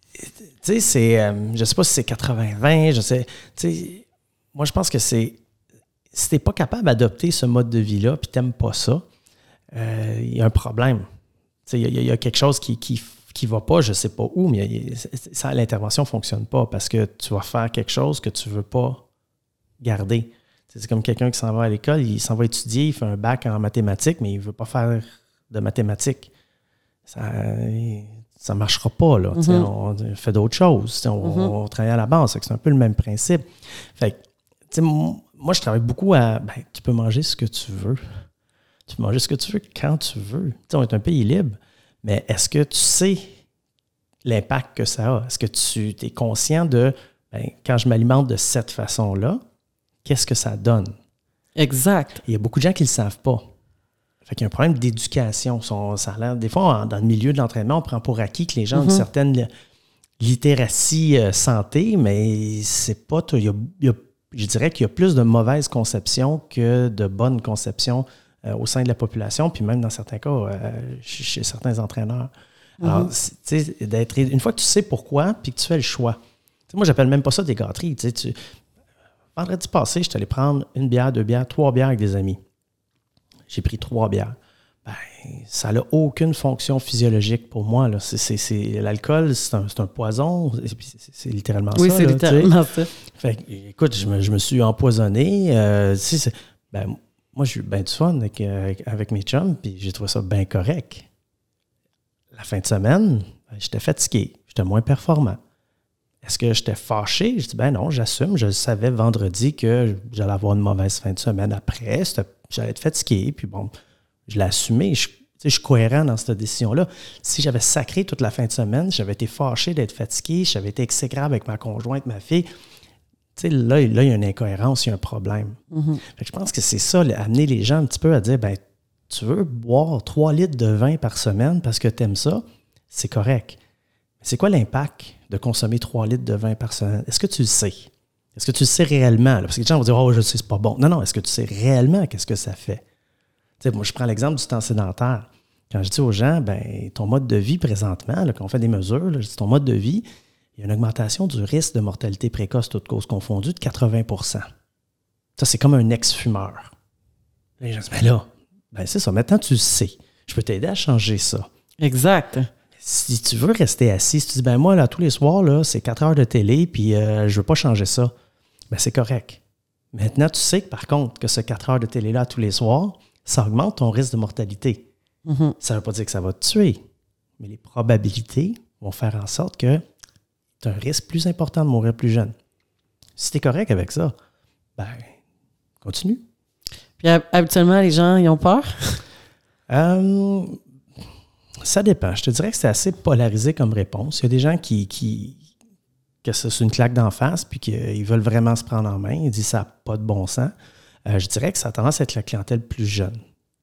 tu sais, je sais pas si c'est 80-20, je sais... Moi, je pense que si tu n'es pas capable d'adopter ce mode de vie-là puis tu n'aimes pas ça, il y a un problème. Il y a quelque chose qui va pas, je ne sais pas où, mais l'intervention ne fonctionne pas parce que tu vas faire quelque chose que tu ne veux pas garder. C'est comme quelqu'un qui s'en va à l'école, il s'en va étudier, il fait un bac en mathématiques, mais il ne veut pas faire de mathématiques. Ça ne marchera pas, là. Mm-hmm. On fait d'autres choses. On travaille à la base. C'est un peu le même principe. Fait que, moi, je travaille beaucoup à... tu peux manger ce que tu veux. Tu peux manger ce que tu veux quand tu veux. On est un pays libre. Mais est-ce que tu sais l'impact que ça a? Est-ce que tu es conscient de, quand je m'alimente de cette façon-là, qu'est-ce que ça donne? Exact. Il y a beaucoup de gens qui ne le savent pas. Fait qu'il y a un problème d'éducation. Ça a l'air, des fois, dans le milieu de l'entraînement, on prend pour acquis que les gens ont une certaine littératie santé, mais c'est pas... je dirais qu'il y a plus de mauvaises conceptions que de bonnes conceptions au sein de la population, puis même dans certains cas, chez certains entraîneurs. Alors, tu sais, une fois que tu sais pourquoi, puis que tu fais le choix. T'sais, moi, j'appelle même pas ça des gâteries. Vendredi passé, je suis allé prendre 1 bière, 2 bières, 3 bières avec des amis. J'ai pris 3 bières. Ça n'a aucune fonction physiologique pour moi. Là. L'alcool, c'est un poison. C'est littéralement ça. Oui, c'est littéralement ça. Fait que, écoute, je me suis empoisonné. moi, j'ai eu bien du fun avec mes chums, puis j'ai trouvé ça bien correct. La fin de semaine, ben, j'étais fatigué, j'étais moins performant. Est-ce que j'étais fâché? Je dis, ben non, j'assume. Je savais vendredi que j'allais avoir une mauvaise fin de semaine après. J'allais être fatigué, puis bon, je l'ai assumé. Je suis cohérent dans cette décision-là. Si j'avais sacré toute la fin de semaine, j'avais été fâché d'être fatigué, j'avais été exécrable avec ma conjointe, ma fille. Là, il y a une incohérence, il y a un problème. Mm-hmm. Fait que je pense que c'est ça, amener les gens un petit peu à dire, ben, tu veux boire 3 litres de vin par semaine parce que tu aimes ça, c'est correct. Mais c'est quoi l'impact de consommer 3 litres de vin par semaine? Est-ce que tu le sais? Est-ce que tu le sais réellement? Parce que les gens vont dire, oh, je sais, c'est pas bon. Non, est-ce que tu sais réellement qu'est-ce que ça fait? Moi, je prends l'exemple du temps sédentaire. Quand je dis aux gens, ben, ton mode de vie présentement, là, quand on fait des mesures, là, je dis ton mode de vie, il y a une augmentation du risque de mortalité précoce, toutes causes confondues, de 80 %. Ça, c'est comme un ex-fumeur. Les gens disent, ben c'est ça, maintenant tu le sais. Je peux t'aider à changer ça. Exact. Si tu veux rester assis, si tu dis, ben moi, là, tous les soirs, là, c'est 4 heures de télé, puis je veux pas changer ça, ben c'est correct. Maintenant, tu sais que par contre, que ce 4 heures de télé-là tous les soirs, ça augmente ton risque de mortalité. Mm-hmm. Ça ne veut pas dire que ça va te tuer, mais les probabilités vont faire en sorte que tu as un risque plus important de mourir plus jeune. Si tu es correct avec ça, ben, continue. Puis habituellement, les gens, ils ont peur? Ça dépend. Je te dirais que c'est assez polarisé comme réponse. Il y a des gens que c'est une claque d'en face puis qu'ils veulent vraiment se prendre en main. Ils disent que ça n'a pas de bon sens. Je dirais que ça a tendance à être la clientèle plus jeune.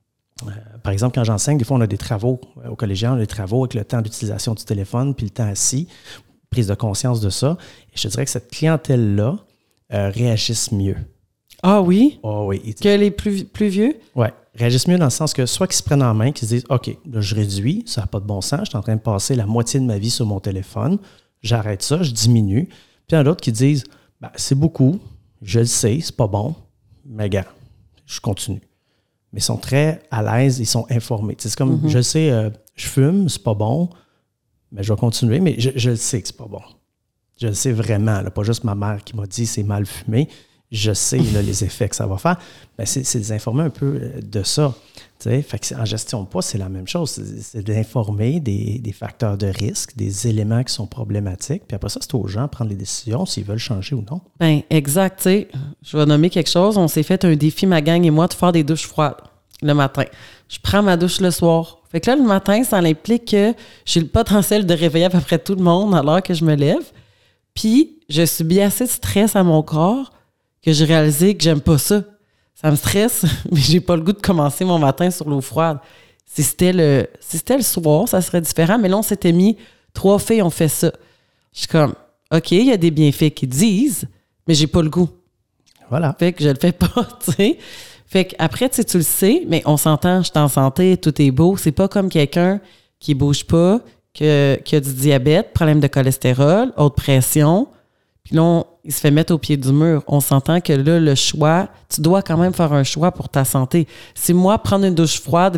Par exemple, quand j'enseigne, des fois, on a des travaux au collégien, on a des travaux avec le temps d'utilisation du téléphone puis le temps assis, prise de conscience de ça. Et je te dirais que cette clientèle-là réagisse mieux. Ah oui? Oh oui. Que les plus vieux? Oui. Réagissent mieux dans le sens que soit qu'ils se prennent en main, qu'ils se disent « OK, là, je réduis, ça n'a pas de bon sens, je suis en train de passer la moitié de ma vie sur mon téléphone, j'arrête ça, je diminue. » Puis il y en a d'autres qui disent « c'est beaucoup, je le sais, c'est pas bon, mais gars, je continue. » Mais ils sont très à l'aise, ils sont informés. C'est comme, je le sais, je fume, c'est pas bon, mais je vais continuer, mais je le sais que c'est pas bon. Je le sais vraiment, là, pas juste ma mère qui m'a dit c'est mal fumé. Je sais là, les effets que ça va faire. Ben, c'est d'informer un peu de ça. Fait que en gestion de poids, c'est la même chose. C'est d'informer des facteurs de risque, des éléments qui sont problématiques. Puis après ça, c'est aux gens de prendre les décisions s'ils veulent changer ou non. Bien, exact. Tu sais, je vais nommer quelque chose. On s'est fait un défi, ma gang et moi, de faire des douches froides le matin. Je prends ma douche le soir. Fait que là, le matin, ça implique que j'ai le potentiel de réveiller à peu près tout le monde à l'heure que je me lève. Puis, je subis assez de stress à mon corps que j'ai réalisé que j'aime pas ça. Ça me stresse, mais j'ai pas le goût de commencer mon matin sur l'eau froide. Si c'était le soir, ça serait différent, mais là, on s'était mis, 3 filles ont fait ça. Je suis comme, OK, il y a des bienfaits qui disent, mais j'ai pas le goût. Voilà. Fait que je le fais pas, tu sais. Fait qu'après, tu le sais, mais on s'entend, je suis en santé, tout est beau. C'est pas comme quelqu'un qui bouge pas, qui a du diabète, problème de cholestérol, haute pression. Puis là, il se fait mettre au pied du mur. On s'entend que là, le choix, tu dois quand même faire un choix pour ta santé. Si moi, prendre une douche froide,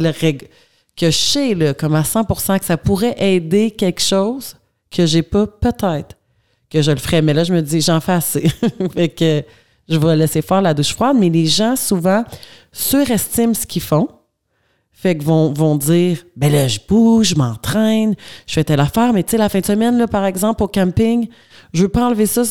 que je sais là, comme à 100% que ça pourrait aider quelque chose que j'ai pas, peut-être que je le ferais. Mais là, je me dis, j'en fais assez. Fait que je vais laisser faire la douche froide. Mais les gens, souvent, surestiment ce qu'ils font. Fait que vont dire, ben là, je bouge, je m'entraîne, je fais telle affaire. Mais tu sais, la fin de semaine, là, par exemple, au camping, je veux pas enlever ça.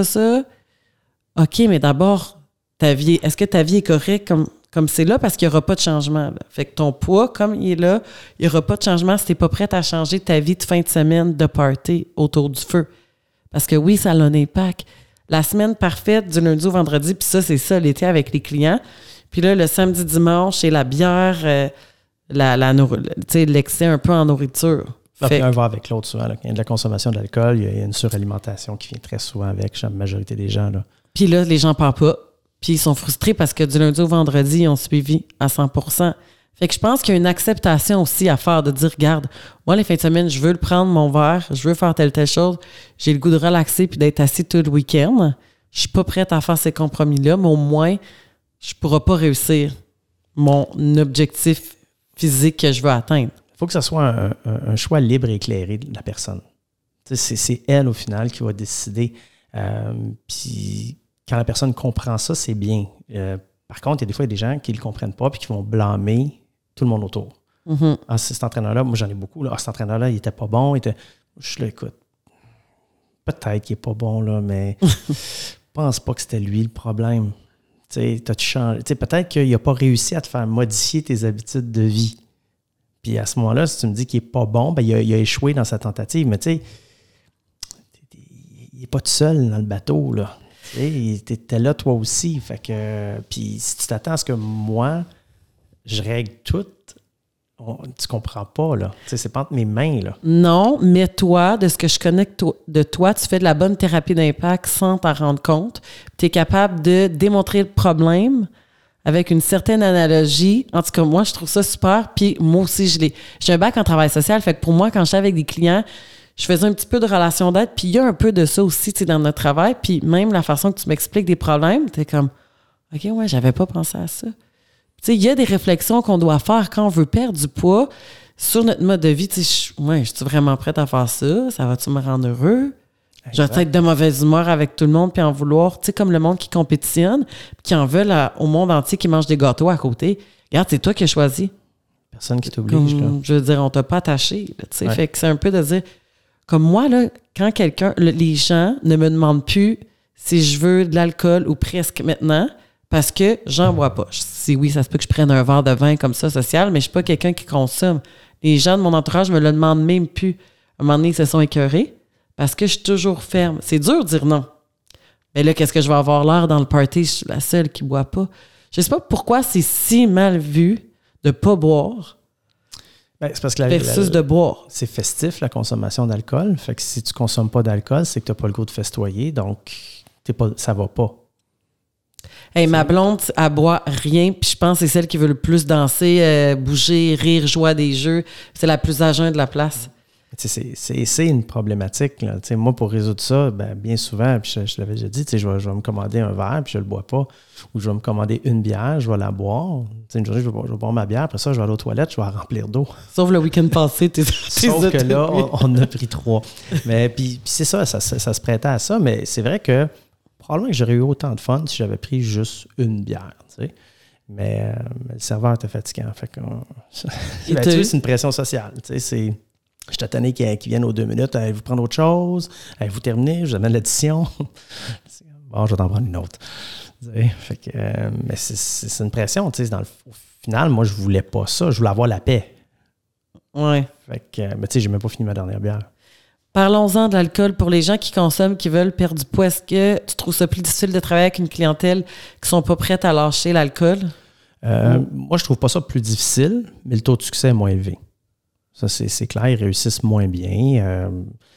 OK, mais d'abord, est-ce que ta vie est correcte comme c'est là? Parce qu'il n'y aura pas de changement. Là. Fait que ton poids, comme il est là, il n'y aura pas de changement si tu n'es pas prête à changer ta vie de fin de semaine de party autour du feu. Parce que oui, ça a un impact. La semaine parfaite du lundi au vendredi, puis ça, c'est ça, l'été avec les clients. Puis là, le samedi, dimanche, c'est la bière, l'excès un peu en nourriture. Un va avec l'autre souvent. Là. Il y a de la consommation d'alcool, il y a une suralimentation qui vient très souvent avec chez la majorité des gens. Là. Puis là, les gens ne parlent pas. Puis ils sont frustrés parce que du lundi au vendredi, ils ont suivi à 100%. Fait que je pense qu'il y a une acceptation aussi à faire de dire, regarde, moi, les fins de semaine, je veux le prendre, mon verre, je veux faire telle chose. J'ai le goût de relaxer puis d'être assis tout le week-end. Je suis pas prête à faire ces compromis-là, mais au moins, je ne pourrai pas réussir mon objectif physique que je veux atteindre. Il faut que ce soit un choix libre et éclairé de la personne. C'est elle, au final, qui va décider. Puis quand la personne comprend ça, c'est bien. Par contre, il y a des fois des gens qui ne le comprennent pas puis qui vont blâmer tout le monde autour. Ah, cet entraîneur-là, moi j'en ai beaucoup, là. Ah, cet entraîneur-là, il était pas bon. Je suis là, écoute, peut-être qu'il est pas bon, là, mais je pense pas que c'était lui le problème. T'as-tu changé? Peut-être qu'il n'a pas réussi à te faire modifier tes habitudes de vie. Puis à ce moment-là, si tu me dis qu'il n'est pas bon, ben il a échoué dans sa tentative. Mais tu sais, il n'est pas tout seul dans le bateau, là. Tu étais là toi aussi. Fait que, puis si tu t'attends à ce que moi, je règle tout, tu comprends pas, là. Tu sais, c'est pas entre mes mains, là. Non, mais toi, de ce que je connais de toi, tu fais de la bonne thérapie d'impact sans t'en rendre compte. Tu es capable de démontrer le problème avec une certaine analogie. En tout cas, moi, je trouve ça super. Puis moi aussi, j'ai un bac en travail social. Fait que pour moi, quand j'étais avec des clients, je faisais un petit peu de relation d'aide. Puis il y a un peu de ça aussi, tu sais, dans notre travail. Puis même la façon que tu m'expliques des problèmes, t'es comme, OK, ouais, j'avais pas pensé à ça. Tu sais, il y a des réflexions qu'on doit faire quand on veut perdre du poids sur notre mode de vie. Tu sais, je suis vraiment prête à faire ça? Ça va-tu me rendre heureux? Je vais être de mauvaise humeur avec tout le monde puis en vouloir, tu sais, comme le monde qui compétitionne puis qui en veut au monde entier qui mange des gâteaux à côté. Regarde, c'est toi qui as choisi. Personne qui t'oblige, là. Je veux dire, on t'a pas attaché. Tu sais, fait que c'est un peu de dire, comme moi, là, quand les gens ne me demandent plus si je veux de l'alcool ou presque maintenant, parce que j'en bois pas. Si oui, ça se peut que je prenne un verre de vin comme ça, social, mais je suis pas quelqu'un qui consomme. Les gens de mon entourage me le demandent même plus. À un moment donné, ils se sont écœurés parce que je suis toujours ferme. C'est dur de dire non. Mais là, qu'est-ce que je vais avoir l'air dans le party? Je suis la seule qui boit pas. Je sais pas pourquoi c'est si mal vu de pas boire c'est parce que versus de boire. C'est festif, la consommation d'alcool. Fait que si tu consommes pas d'alcool, c'est que tu n'as pas le goût de festoyer. Donc, ça va pas. Hey, ma blonde, elle boit rien, puis je pense que c'est celle qui veut le plus danser, bouger, rire, jouer à des jeux. C'est la plus à jeun de la place. C'est une problématique, là. Moi, pour résoudre ça, bien souvent, puis je l'avais déjà dit, je vais me commander un verre, puis je ne le bois pas. Ou je vais me commander une bière, je vais la boire. Une journée, je vais boire ma bière, après ça, je vais aller aux toilettes, je vais la remplir d'eau. Sauf le week-end passé, Sauf que là, on a pris 3. Mais puis c'est ça se prêtait à ça, mais c'est vrai que probablement que j'aurais eu autant de fun si j'avais pris juste une bière, tu sais. Mais le serveur était fatigant. Fait que, c'est une pression sociale. Tu sais, je suis tanné qu'ils viennent aux 2 minutes. Allez-vous prendre autre chose? Allez-vous terminer? Je vous amène l'addition. Bon, je vais t'en prendre une autre. Fait que, mais c'est une pression. Tu sais, au final, moi, je voulais pas ça. Je voulais avoir la paix. Ouais. Fait que, mais tu sais, j'ai même pas fini ma dernière bière. Parlons-en de l'alcool pour les gens qui consomment, qui veulent perdre du poids. Est-ce que tu trouves ça plus difficile de travailler avec une clientèle qui sont pas prêtes à lâcher l'alcool? Moi, je trouve pas ça plus difficile, mais le taux de succès est moins élevé. Ça, c'est clair, ils réussissent moins bien.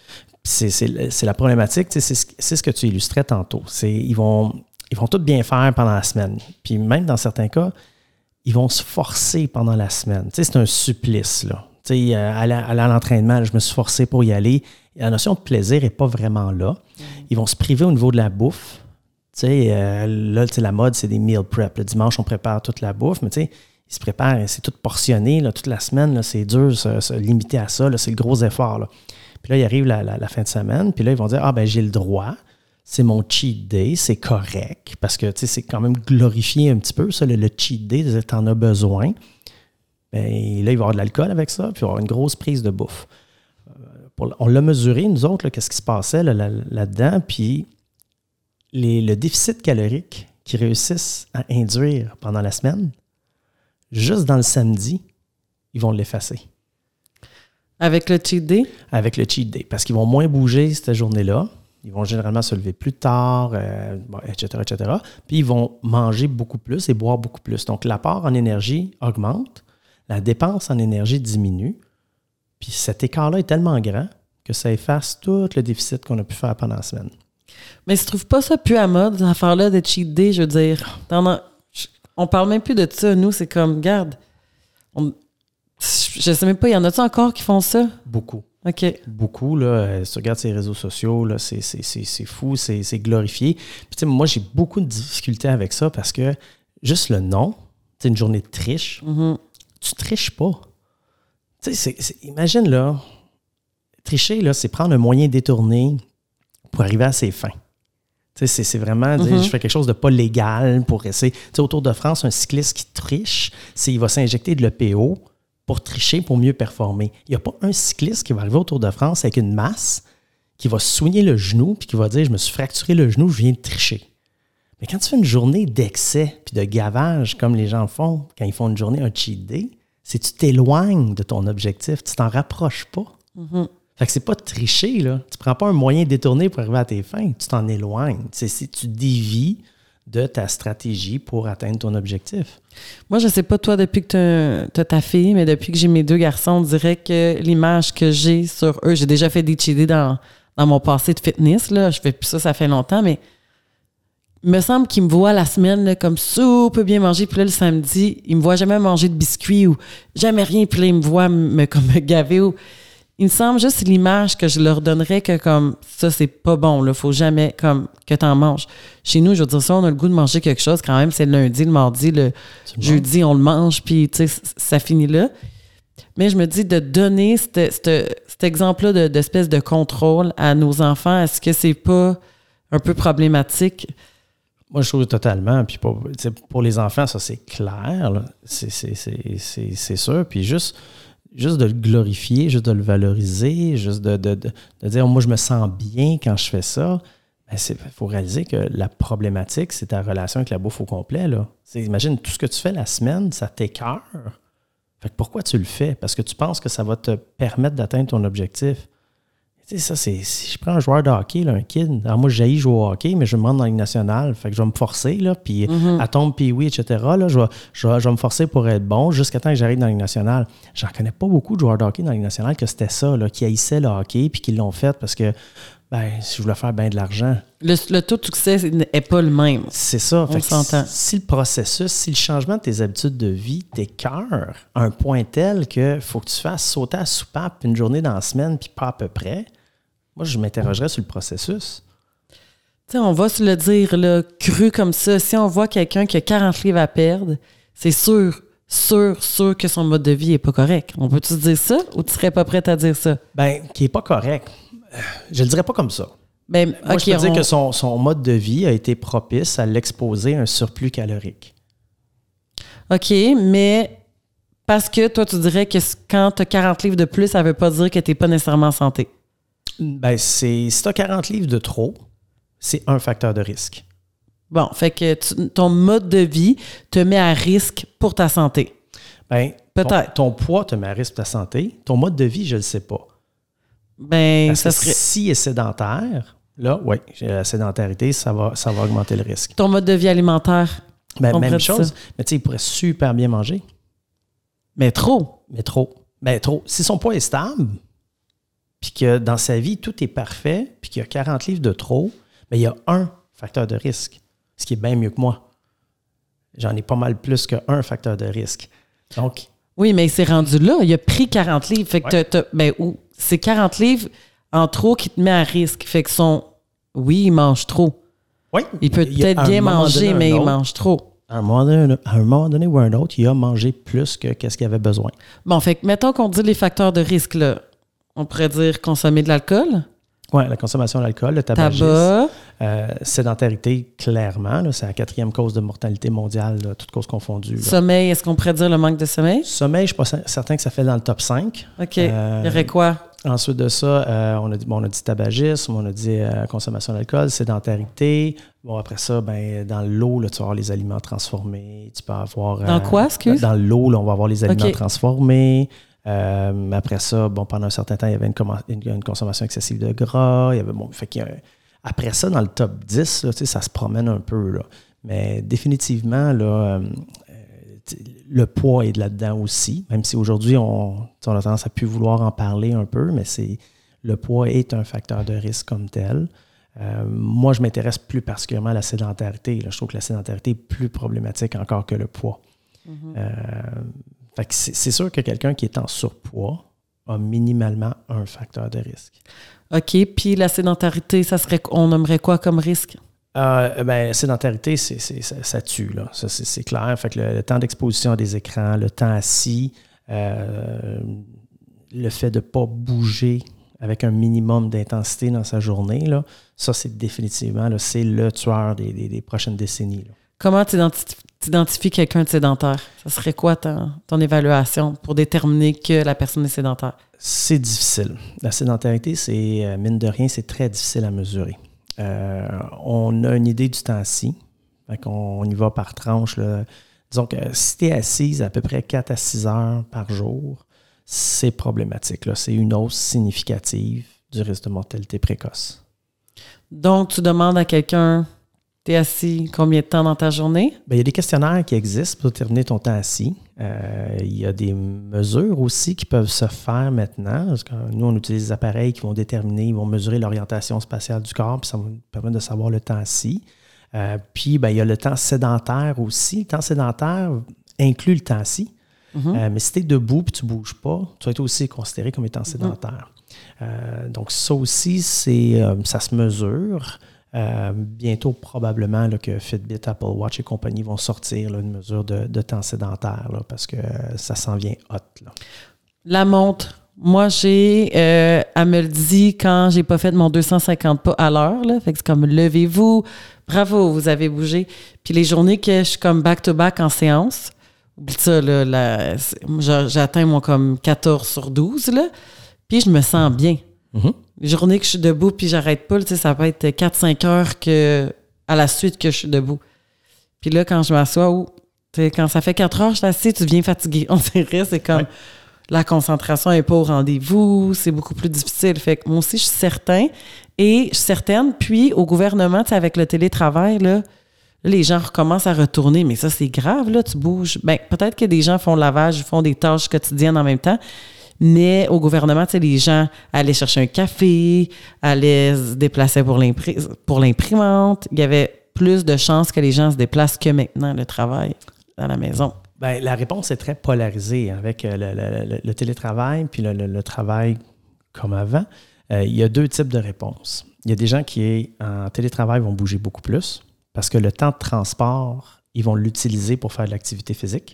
C'est la problématique, c'est ce que tu illustrais tantôt. Ils vont tout bien faire pendant la semaine. Puis même dans certains cas, ils vont se forcer pendant la semaine. C'est un supplice, là. Aller à l'entraînement, je me suis forcé pour y aller. La notion de plaisir n'est pas vraiment là. Ils vont se priver au niveau de la bouffe. Là, la mode, c'est des meal prep. Le dimanche, on prépare toute la bouffe, mais ils se préparent, c'est tout portionné. Là, toute la semaine, là, c'est dur de se limiter à ça. Là, c'est le gros effort. Là. Puis là, il arrive la fin de semaine, puis là, ils vont dire « Ah, ben j'ai le droit. C'est mon cheat day. C'est correct. » Parce que c'est quand même glorifié un petit peu, ça, le cheat day. Tu en as besoin. Bien, là, il va y avoir de l'alcool avec ça, puis il va y avoir une grosse prise de bouffe. On l'a mesuré, nous autres, qu'est-ce qui se passait là-dedans, puis le déficit calorique qu'ils réussissent à induire pendant la semaine, juste dans le samedi, ils vont l'effacer. Avec le cheat day? Avec le cheat day, parce qu'ils vont moins bouger cette journée-là. Ils vont généralement se lever plus tard, etc., etc. Puis ils vont manger beaucoup plus et boire beaucoup plus. Donc, l'apport en énergie augmente, la dépense en énergie diminue. Puis cet écart-là est tellement grand que ça efface tout le déficit qu'on a pu faire pendant la semaine. Mais tu ne trouves pas ça plus à mode, cette affaire-là de cheat day, je veux dire? On parle même plus de ça. Nous, c'est comme, regarde, je sais même pas, y en a-tu encore qui font ça? Beaucoup. OK. Beaucoup, là. Si tu regardes ces réseaux sociaux, là, c'est fou, c'est glorifié. Puis moi, j'ai beaucoup de difficultés avec ça parce que juste le nom, c'est une journée de triche. Mm-hmm. Tu triches pas. Imagine, là, tricher, là, c'est prendre un moyen détourné pour arriver à ses fins. C'est vraiment dire, je fais quelque chose de pas légal pour essayer. Au Tour de France, un cycliste qui triche, il va s'injecter de l'EPO pour tricher, pour mieux performer. Il n'y a pas un cycliste qui va arriver au Tour de France avec une masse, qui va se soigner le genou puis qui va dire « Je me suis fracturé le genou, je viens de tricher ». Mais quand tu fais une journée d'excès puis de gavage, comme les gens font quand ils font une journée, un cheat day, c'est que tu t'éloignes de ton objectif, tu t'en rapproches pas. Mm-hmm. Fait que c'est pas de tricher, là. Tu prends pas un moyen détourné pour arriver à tes fins, tu t'en éloignes. Tu dévies de ta stratégie pour atteindre ton objectif. Moi, je sais pas, toi, depuis que t'as ta fille, mais depuis que j'ai mes 2 garçons, on dirait que l'image que j'ai sur eux, j'ai déjà fait des cheat days dans mon passé de fitness, là. Je fais plus ça fait longtemps, mais il me semble qu'ils me voient la semaine là, comme super bien manger, puis là, le samedi, ils me voient jamais manger de biscuits ou jamais rien, puis là, ils me voient me gaver. Il me semble juste l'image que je leur donnerais que comme ça, c'est pas bon, là, faut jamais comme que t'en manges. Chez nous, je veux dire ça, on a le goût de manger quelque chose quand même, c'est le lundi, le mardi, le jeudi, on le mange, puis tu sais, ça finit là. Mais je me dis de donner cet exemple-là d'espèce de contrôle à nos enfants, est-ce que c'est pas un peu problématique? Moi, je trouve totalement. Puis pour les enfants, ça, c'est clair. Là. C'est sûr. Puis juste de le glorifier, juste de le valoriser, juste de dire « Moi, je me sens bien quand je fais ça », il faut réaliser que la problématique, c'est ta relation avec la bouffe au complet. Là. Imagine, tout ce que tu fais la semaine, ça t'écœure. Fait que pourquoi tu le fais? Parce que tu penses que ça va te permettre d'atteindre ton objectif. Tu sais, ça, si je prends un joueur de hockey, là, un kid, alors moi, j'ai joué au hockey, mais je me rends dans la Ligue nationale. Fait que je vais me forcer, là, puis à tombe, puis oui, etc., là, je vais me forcer pour être bon jusqu'à temps que j'arrive dans la Ligue nationale. J'en connais pas beaucoup de joueurs de hockey dans la Ligue nationale que c'était ça, là, qui haïssaient le hockey, puis qui l'ont fait parce que, si je voulais faire bien de l'argent. Le taux de succès n'est pas le même. C'est ça. On s'entend. Si le processus, si le changement de tes habitudes de vie t'écoeure à un point tel que faut que tu fasses sauter à soupape une journée dans la semaine, puis pas à peu près, moi, je m'interrogerais sur le processus. Tu sais, on va se le dire, là, cru comme ça. Si on voit quelqu'un qui a 40 livres à perdre, c'est sûr que son mode de vie n'est pas correct. On peut-tu dire ça ou tu serais pas prête à dire ça? Qui n'est pas correct. Je le dirais pas comme ça. Moi, je peux dire que son mode de vie a été propice à l'exposer à un surplus calorique. OK, mais parce que toi, tu dirais que quand tu as 40 livres de plus, ça veut pas dire que tu n'es pas nécessairement en santé. Si tu as 40 livres de trop, c'est un facteur de risque. Bon, fait que ton mode de vie te met à risque pour ta santé. Peut-être. Ton poids te met à risque pour ta santé. Ton mode de vie, je ne le sais pas. Ça serait... S'il est sédentaire, là, oui, la sédentarité, ça va augmenter le risque. Ton mode de vie alimentaire? Même chose. Mais tu sais, il pourrait super bien manger. Mais trop. Si son poids est stable, puis que dans sa vie, tout est parfait, puis qu'il y a 40 livres de trop, il y a un facteur de risque, ce qui est bien mieux que moi. J'en ai pas mal plus qu'un facteur de risque. Donc... Oui, mais il s'est rendu là. Il a pris 40 livres. Fait que c'est 40 livres en trop qui te met à risque. Fait que oui, il mange trop. Oui. Il peut peut-être bien manger, mais il mange trop. À un moment donné ou un autre, il a mangé plus que qu'est-ce qu'il avait besoin. Bon, fait que mettons qu'on dit les facteurs de risque, là. On pourrait dire consommer de l'alcool. Oui, la consommation d'alcool, le tabagisme. Sédentarité, clairement. Là, c'est la 4e cause de mortalité mondiale, là, toutes causes confondues. Là. Sommeil, est-ce qu'on pourrait dire le manque de sommeil? Sommeil, je ne suis pas certain que ça fait dans le top 5. OK. Il y aurait quoi? Ensuite de ça, on a dit tabagisme, on a dit consommation d'alcool, sédentarité. Bon, après ça, dans l'eau, là, tu vas avoir les aliments transformés. Tu peux avoir... Dans quoi, excuse? Dans l'eau, là, on va avoir les aliments transformés. Après ça, pendant un certain temps, il y avait une consommation excessive de gras. Après ça, dans le top 10, là, ça se promène un peu. Là. Mais définitivement, là, le poids est là-dedans aussi. Même si aujourd'hui, on a tendance à plus vouloir en parler un peu, mais le poids est un facteur de risque comme tel. Moi, je m'intéresse plus particulièrement à la sédentarité. Là. Je trouve que la sédentarité est plus problématique encore que le poids. Fait que c'est sûr que quelqu'un qui est en surpoids a minimalement un facteur de risque. OK. Puis la sédentarité, on nommerait quoi comme risque? La sédentarité, ça tue, là. Ça, c'est clair. Fait que le temps d'exposition à des écrans, le temps assis, le fait de ne pas bouger avec un minimum d'intensité dans sa journée, là, ça, c'est définitivement, là, c'est le tueur des prochaines décennies. Là. Comment tu identifies quelqu'un de sédentaire? Ça serait quoi ton évaluation pour déterminer que la personne est sédentaire? C'est difficile. La sédentarité, c'est, mine de rien, c'est très difficile à mesurer. On a une idée du temps-ci. On y va par tranche. Là. Disons que si tu es assise à peu près 4 à 6 heures par jour, c'est problématique. Là. C'est une hausse significative du risque de mortalité précoce. Donc, tu demandes à quelqu'un, tu es assis combien de temps dans ta journée? Bien, il y a des questionnaires qui existent pour déterminer ton temps assis. Il y a des mesures aussi qui peuvent se faire maintenant. Parce que nous, on utilise des appareils qui vont déterminer, ils vont mesurer l'orientation spatiale du corps, puis ça va nous permettre de savoir le temps assis. Puis, bien, il y a le temps sédentaire aussi. Le temps sédentaire inclut le temps assis. Mais si tu es debout et tu ne bouges pas, tu vas être aussi considéré comme étant sédentaire. Donc, ça aussi, ça se mesure. Bientôt, probablement, là, que Fitbit, Apple Watch et compagnie vont sortir là, une mesure de temps sédentaire là, parce que ça s'en vient hot. Là. La montre. Moi, elle me le dit quand j'ai pas fait mon 250 pas à l'heure. Là, fait que c'est comme, levez-vous, bravo, vous avez bougé. Puis les journées que je suis comme back-to-back en séance, oublie ça, là, j'atteins mon comme 14 sur 12, là, puis je me sens bien. Les journées que je suis debout puis j'arrête pas, ça peut être 4-5 heures à la suite que je suis debout. Puis là, quand je m'assois, quand ça fait 4 heures que je suis assis, tu deviens fatigué. On dirait, c'est comme la concentration n'est pas au rendez-vous, c'est beaucoup plus difficile. Fait que moi aussi, je suis certaine. Puis au gouvernement, avec le télétravail, là, les gens recommencent à retourner, mais ça, c'est grave, là, tu bouges. Bien, peut-être que des gens font le lavage, font des tâches quotidiennes en même temps, mais au gouvernement, les gens allaient chercher un café, allaient se déplacer pour l'imprimante. Il y avait plus de chances que les gens se déplacent que maintenant, le travail à la maison. Bien, la réponse est très polarisée avec le télétravail puis le travail comme avant. Il y a 2 types de réponses. Il y a des gens qui, en télétravail, vont bouger beaucoup plus parce que le temps de transport, ils vont l'utiliser pour faire de l'activité physique.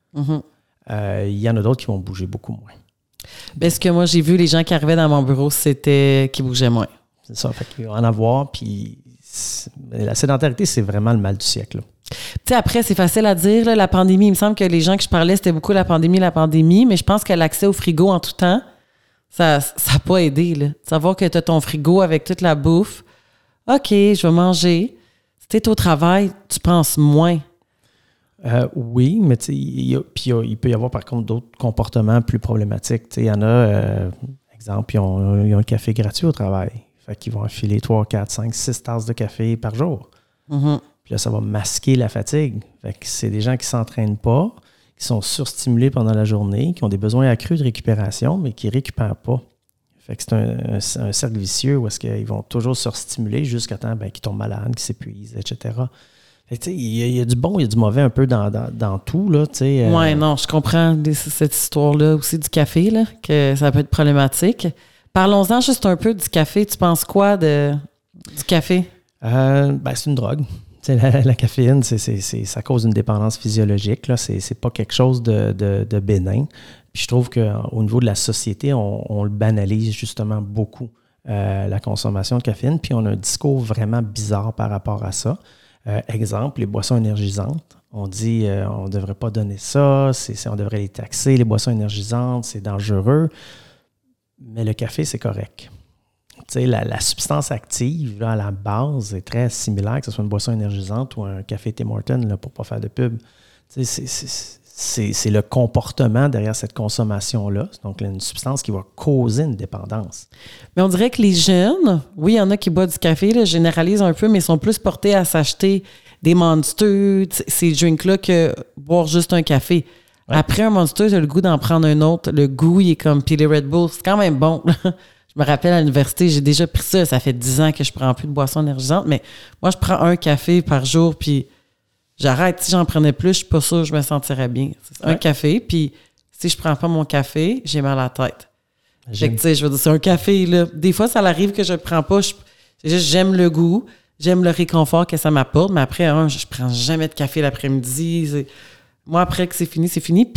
Il y en a d'autres qui vont bouger beaucoup moins. Bien, ce que moi, j'ai vu, les gens qui arrivaient dans mon bureau, c'était qu'ils bougeaient moins. C'est ça, fait qu'il va en avoir, puis la sédentarité, c'est vraiment le mal du siècle. Tu sais, après, c'est facile à dire, là, la pandémie, il me semble que les gens que je parlais, c'était beaucoup la pandémie, mais je pense que l'accès au frigo en tout temps, ça n'a pas aidé, là. Savoir que tu as ton frigo avec toute la bouffe, OK, je vais manger. Si tu es au travail, tu penses moins. Oui, mais il peut y avoir par contre d'autres comportements plus problématiques. Il y en a, exemple, ils ont un café gratuit au travail. Fait qu'ils vont enfiler 3, 4, 5, 6 tasses de café par jour. Puis là, ça va masquer la fatigue. Fait que c'est des gens qui ne s'entraînent pas, qui sont surstimulés pendant la journée, qui ont des besoins accrus de récupération, mais qui ne récupèrent pas. Fait que c'est un cercle vicieux où est-ce qu'ils vont toujours surstimuler jusqu'à temps qu'ils tombent malades, qu'ils s'épuisent, etc. Il y a du bon, il y a du mauvais un peu dans tout. Oui, non, je comprends cette histoire-là aussi du café, là, que ça peut être problématique. Parlons-en juste un peu du café. Tu penses quoi du café? C'est une drogue. La caféine, ça cause une dépendance physiologique. Là. C'est pas quelque chose de bénin. Puis je trouve qu'au niveau de la société, on le banalise justement beaucoup, la consommation de caféine. Puis on a un discours vraiment bizarre par rapport à ça. Exemple, les boissons énergisantes. On dit on ne devrait pas donner ça, on devrait les taxer. Les boissons énergisantes, c'est dangereux. Mais le café, c'est correct. La substance active, là, à la base, est très similaire, que ce soit une boisson énergisante ou un café Tim Hortons, là, pour ne pas faire de pub. C'est le comportement derrière cette consommation-là. Donc, une substance qui va causer une dépendance. Mais on dirait que les jeunes, oui, il y en a qui boivent du café, là, je généralise un peu, mais ils sont plus portés à s'acheter des Monster, ces drinks-là, que boire juste un café. Ouais. Après un Monster, tu as le goût d'en prendre un autre. Le goût, il est comme puis les Red Bull. C'est quand même bon. Je me rappelle à l'université, j'ai déjà pris ça. Ça fait 10 ans que je prends plus de boissons énergisantes, mais moi, je prends un café par jour, puis j'arrête. Si j'en prenais plus, je suis pas sûre que je me sentirais bien. C'est un café, puis si je prends pas mon café, j'ai mal à la tête. Fait que, tu sais, je veux dire, c'est un café, là. Des fois, ça arrive que je le prends pas. C'est juste, j'aime le goût, j'aime le réconfort que ça m'apporte, mais après, je prends jamais de café l'après-midi. Moi, après que c'est fini, c'est fini. Puis,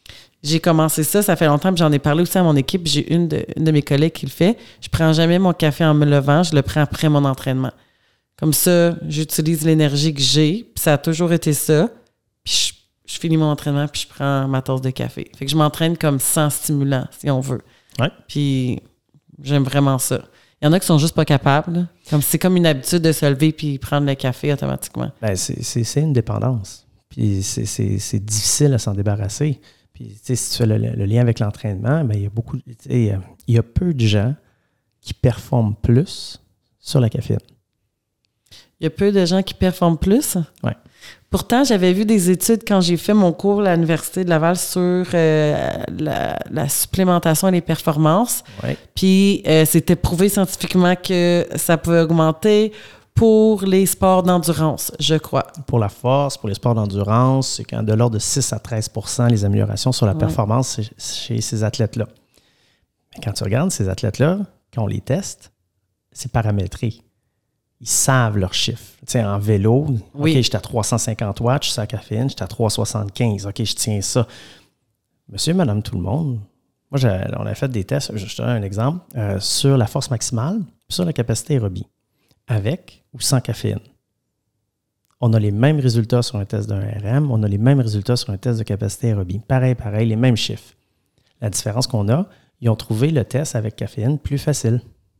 J'ai commencé ça fait longtemps, puis j'en ai parlé aussi à mon équipe. J'ai une de mes collègues qui le fait. Je prends jamais mon café en me levant, je le prends après mon entraînement. Comme ça, j'utilise l'énergie que j'ai, puis ça a toujours été ça. Puis je finis mon entraînement, puis je prends ma tasse de café. Fait que je m'entraîne comme sans stimulant, si on veut. Ouais. Puis j'aime vraiment ça. Il y en a qui sont juste pas capables. Là. Comme c'est comme une habitude de se lever puis prendre le café automatiquement. Ben, c'est une dépendance. Puis c'est difficile à s'en débarrasser. Puis, tu sais, si tu fais le lien avec l'entraînement, ben, il y a peu de gens qui performent plus sur la caféine. Il y a peu de gens qui performent plus? Oui. Pourtant, j'avais vu des études quand j'ai fait mon cours à l'Université de Laval sur la supplémentation et les performances. Oui. Puis, c'était prouvé scientifiquement que ça pouvait augmenter pour les sports d'endurance, je crois. Pour la force, pour les sports d'endurance, c'est quand de l'ordre de 6 à 13 % les améliorations sur la performance chez ces athlètes-là. Mais quand tu regardes ces athlètes-là, quand on les teste, c'est paramétré. Ils savent leurs chiffres. Tu sais, en vélo, OK, j'étais à 350 watts, je suis à caféine, j'étais à 375. OK, je tiens ça. Monsieur, madame, tout le monde, moi, on a fait des tests, je te donne un exemple, sur la force maximale, sur la capacité aérobie, avec ou sans caféine. On a les mêmes résultats sur un test d'un RM, on a les mêmes résultats sur un test de capacité aérobie. Pareil, les mêmes chiffres. La différence qu'on a, ils ont trouvé le test avec caféine plus facile.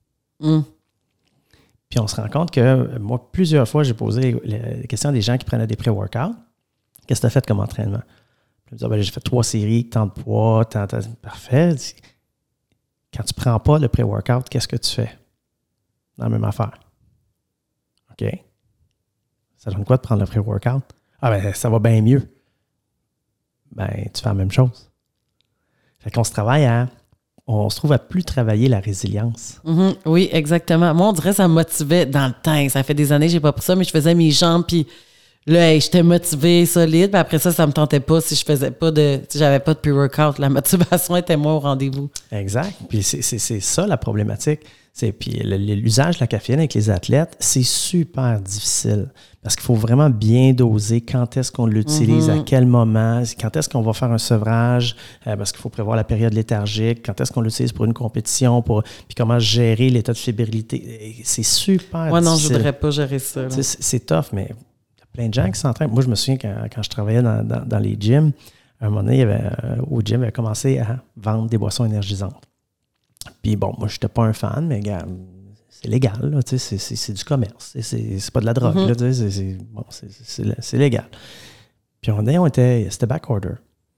Puis on se rend compte que moi, plusieurs fois, j'ai posé les questions à des gens qui prenaient des pré-workouts. Qu'est-ce que tu as fait comme entraînement? Puis ils me disaient, j'ai fait 3 séries, tant de poids, tant. Parfait. Quand tu ne prends pas le pré-workout, qu'est-ce que tu fais? Dans la même affaire. OK. Ça donne quoi de prendre le pré-workout? Ah ben, ça va bien mieux. Ben, tu fais la même chose. Fait qu'on se trouve à plus travailler la résilience. Oui, exactement. Moi, on dirait que ça me motivait dans le temps. Ça fait des années que j'ai pas pris ça, mais je faisais mes jambes, puis là, j'étais motivée, solide. Puis après ça me tentait pas si j'avais pas de pre-workout. La motivation était moins au rendez-vous. Exact. Puis c'est ça la problématique. Puis l'usage de la caféine avec les athlètes, c'est super difficile parce qu'il faut vraiment bien doser quand est-ce qu'on l'utilise, à quel moment, quand est-ce qu'on va faire un sevrage, parce qu'il faut prévoir la période léthargique, quand est-ce qu'on l'utilise pour une compétition, puis comment gérer l'état de fébrilité. C'est super difficile. Non, je voudrais pas gérer ça. C'est tough, mais il y a plein de gens qui s'entraînent. Moi, je me souviens quand je travaillais dans les gyms, à un moment donné, au gym, il avait commencé à vendre des boissons énergisantes. Puis bon, moi, je n'étais pas un fan, mais gars, c'est légal, là, c'est du commerce. C'est pas de la drogue, là, c'est légal. Puis c'était backorder.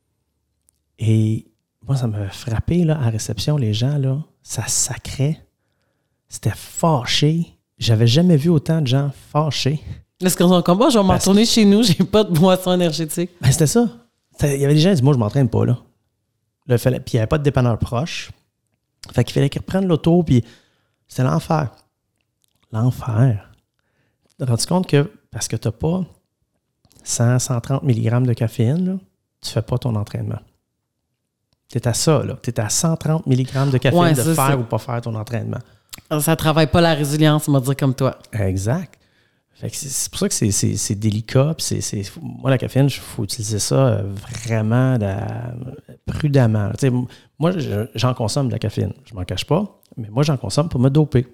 Et moi, ça m'a frappé, là, à réception, les gens, là, ça sacrait. C'était fâché. J'avais jamais vu autant de gens fâchés. Est-ce qu'on comme moi, je vais m'en retourner chez nous, j'ai pas de boisson énergétique. Ben, c'était ça. Il y avait des gens qui disaient, moi, je m'entraîne pas, là. Puis il n'y avait pas de dépanneur proche. Fait qu'il fallait qu'ils reprennent l'auto, puis c'était l'enfer. L'enfer. Tu t'es rendu compte que parce que tu n'as pas 100, 130 mg de caféine, là, tu ne fais pas ton entraînement. Tu es à ça, là. Tu es à 130 mg de caféine de faire ou pas faire ton entraînement. Ça ne travaille pas la résilience, on va dire comme toi. Exact. Fait que c'est pour ça que c'est délicat. Moi, la caféine, il faut utiliser ça vraiment prudemment. Tu sais, moi, j'en consomme de la caféine. Je m'en cache pas, mais moi, j'en consomme pour me doper.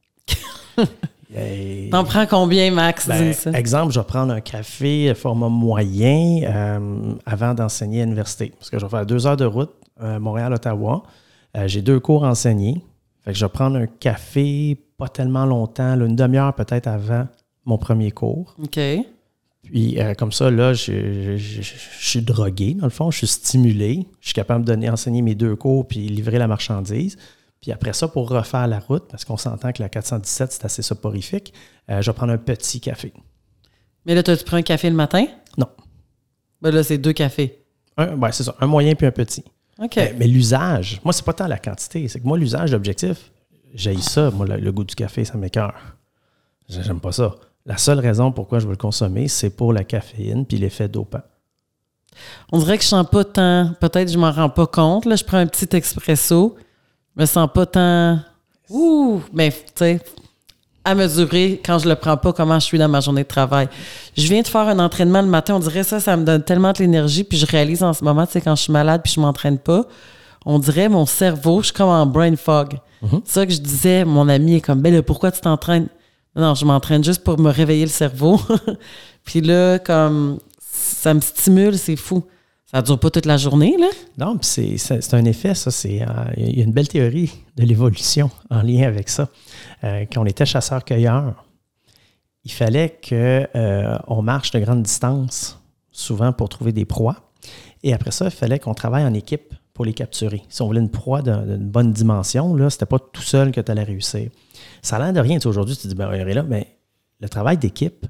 T'en prends combien, Max? Exemple, je vais prendre un café format moyen avant d'enseigner à l'université. Parce que je vais faire 2 heures de route, Montréal-Ottawa. J'ai 2 cours enseignés. Fait que je vais prendre un café pas tellement longtemps, là, une demi-heure peut-être avant mon premier cours. OK. Puis comme ça, là, je suis drogué, dans le fond. Je suis stimulé. Je suis capable de enseigner mes 2 cours puis livrer la marchandise. Puis après ça, pour refaire la route, parce qu'on s'entend que la 417, c'est assez soporifique, je vais prendre un petit café. Mais là, tu prends un café le matin? Non. Ben là, c'est 2 cafés. C'est ça. Un moyen puis un petit. OK. Mais l'usage, moi, c'est pas tant la quantité. C'est que moi, l'usage, l'objectif, j'haïs ça. Moi, le goût du café, ça m'écoeure. J'aime pas ça. La seule raison pourquoi je veux le consommer, c'est pour la caféine puis l'effet dopant. On dirait que je sens pas tant... Peut-être que je m'en rends pas compte. Là, je prends un petit expresso. Je me sens pas tant... Ouh! Mais, tu sais... à mesurer quand je le prends pas, comment je suis dans ma journée de travail. Je viens de faire un entraînement le matin, on dirait ça me donne tellement de l'énergie, puis je réalise en ce moment, tu sais, quand je suis malade puis je m'entraîne pas, on dirait mon cerveau, je suis comme en brain fog. C'est ça que je disais, mon ami est comme, ben là, pourquoi tu t'entraînes? Non, je m'entraîne juste pour me réveiller le cerveau. Puis là, comme, ça me stimule, c'est fou. Ça dure pas toute la journée, là? Non, puis c'est un effet, ça. Il y a une belle théorie de l'évolution en lien avec ça. Quand on était chasseurs-cueilleurs, il fallait qu'on marche de grandes distances, souvent pour trouver des proies. Et après ça, il fallait qu'on travaille en équipe pour les capturer. Si on voulait une proie d'une bonne dimension, là, c'était pas tout seul que tu allais réussir. Ça a l'air de rien. Tu sais, aujourd'hui, tu te dis, ben, là, mais le travail d'équipe,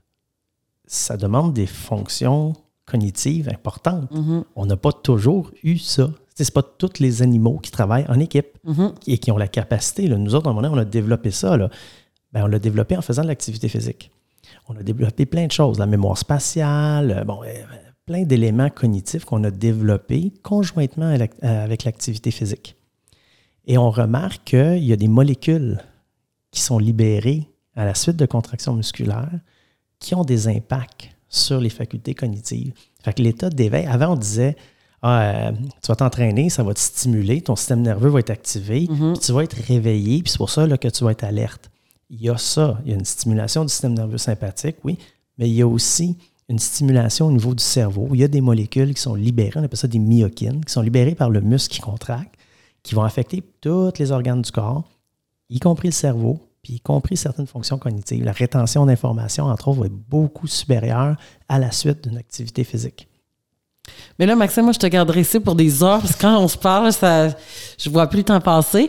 ça demande des fonctions cognitives importantes. On n'a pas toujours eu ça. Ce n'est pas tous les animaux qui travaillent en équipe et qui ont la capacité. Là. Nous autres, à un moment donné, on a développé ça. Là. Ben, on l'a développé en faisant de l'activité physique. On a développé plein de choses, la mémoire spatiale, plein d'éléments cognitifs qu'on a développés conjointement avec l'activité physique. Et on remarque qu'il y a des molécules qui sont libérées à la suite de contractions musculaires qui ont des impacts sur les facultés cognitives. Fait que l'état d'éveil, avant on disait, tu vas t'entraîner, ça va te stimuler, ton système nerveux va être activé, puis tu vas être réveillé, puis c'est pour ça là, que tu vas être alerte. Il y a ça, il y a une stimulation du système nerveux sympathique, oui, mais il y a aussi une stimulation au niveau du cerveau. Il y a des molécules qui sont libérées, on appelle ça des myokines, qui sont libérées par le muscle qui contracte, qui vont affecter tous les organes du corps, y compris le cerveau, puis y compris certaines fonctions cognitives. La rétention d'informations, entre autres, va être beaucoup supérieure à la suite d'une activité physique. Mais là, Maxime, moi, je te garderai ici pour des heures, parce que quand on se parle, je vois plus le temps passer.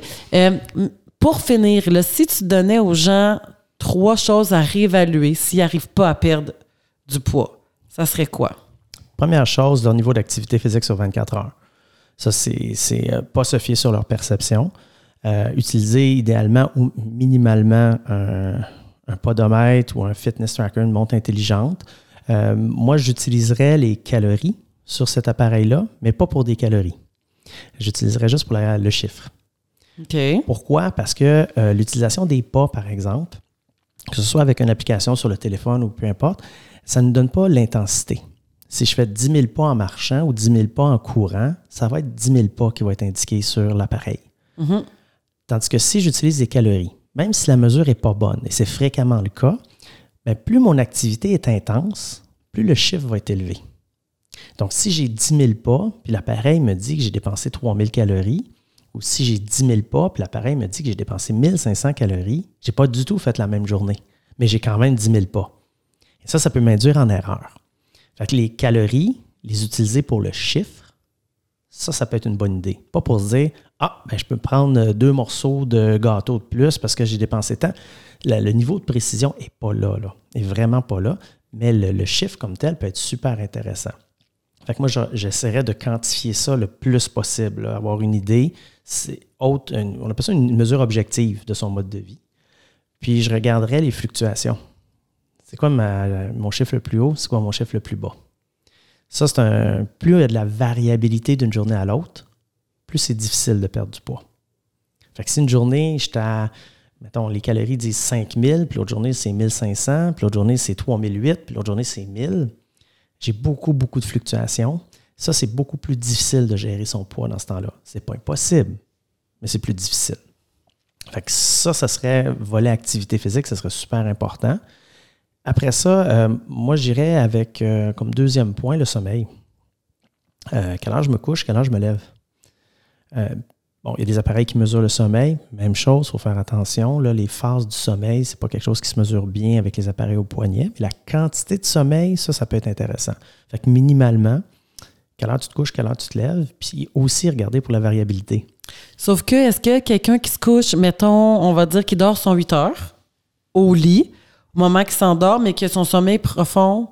Pour finir, là, si tu donnais aux gens 3 choses à réévaluer s'ils n'arrivent pas à perdre du poids, ça serait quoi? Première chose, leur niveau d'activité physique sur 24 heures. Ça, c'est pas se fier sur leur perception. Utiliser idéalement ou minimalement un podomètre ou un fitness tracker, une montre intelligente. Moi, j'utiliserais les calories sur cet appareil-là, mais pas pour des calories. J'utiliserais juste pour le chiffre. Okay. Pourquoi? Parce que l'utilisation des pas, par exemple, que ce soit avec une application sur le téléphone ou peu importe, ça ne donne pas l'intensité. Si je fais 10 000 pas en marchant ou 10 000 pas en courant, ça va être 10 000 pas qui va être indiqué sur l'appareil. Tandis que si j'utilise des calories, même si la mesure n'est pas bonne, et c'est fréquemment le cas, bien, plus mon activité est intense, plus le chiffre va être élevé. Donc, si j'ai 10 000 pas, puis l'appareil me dit que j'ai dépensé 3 000 calories, ou si j'ai 10 000 pas, puis l'appareil me dit que j'ai dépensé 1 500 calories, je n'ai pas du tout fait la même journée, mais j'ai quand même 10 000 pas. Et ça peut m'induire en erreur. Fait que les calories, les utiliser pour le chiffre, ça peut être une bonne idée. Pas pour se dire, je peux prendre 2 morceaux de gâteau de plus parce que j'ai dépensé tant. Le niveau de précision n'est pas là, n'est vraiment pas là, mais le chiffre comme tel peut être super intéressant. Fait que moi, j'essaierais de quantifier ça le plus possible, là, avoir une idée. On appelle ça une mesure objective de son mode de vie. Puis, je regarderais les fluctuations. C'est quoi mon chiffre le plus haut? C'est quoi mon chiffre le plus bas? Ça, plus il y a de la variabilité d'une journée à l'autre, plus c'est difficile de perdre du poids. Fait que si une journée, mettons, les calories disent 5000, puis l'autre journée, c'est 1500, puis l'autre journée, c'est 3008, puis l'autre journée, c'est 1000, j'ai beaucoup, beaucoup de fluctuations. Ça, c'est beaucoup plus difficile de gérer son poids dans ce temps-là. C'est pas impossible, mais c'est plus difficile. Fait que ça serait volet activité physique, ça serait super important. Après ça, moi, j'irais avec, comme deuxième point, le sommeil. Quelle heure je me couche, quelle heure je me lève? Il y a des appareils qui mesurent le sommeil. Même chose, il faut faire attention. Là, les phases du sommeil, ce n'est pas quelque chose qui se mesure bien avec les appareils au poignet. Puis la quantité de sommeil, ça peut être intéressant. Fait que minimalement, quelle heure tu te couches, quelle heure tu te lèves, puis aussi regarder pour la variabilité. Sauf que, est-ce que quelqu'un qui se couche, mettons, on va dire qu'il dort son 8 heures au lit, au moment qu'il s'endort, mais que son sommeil profond,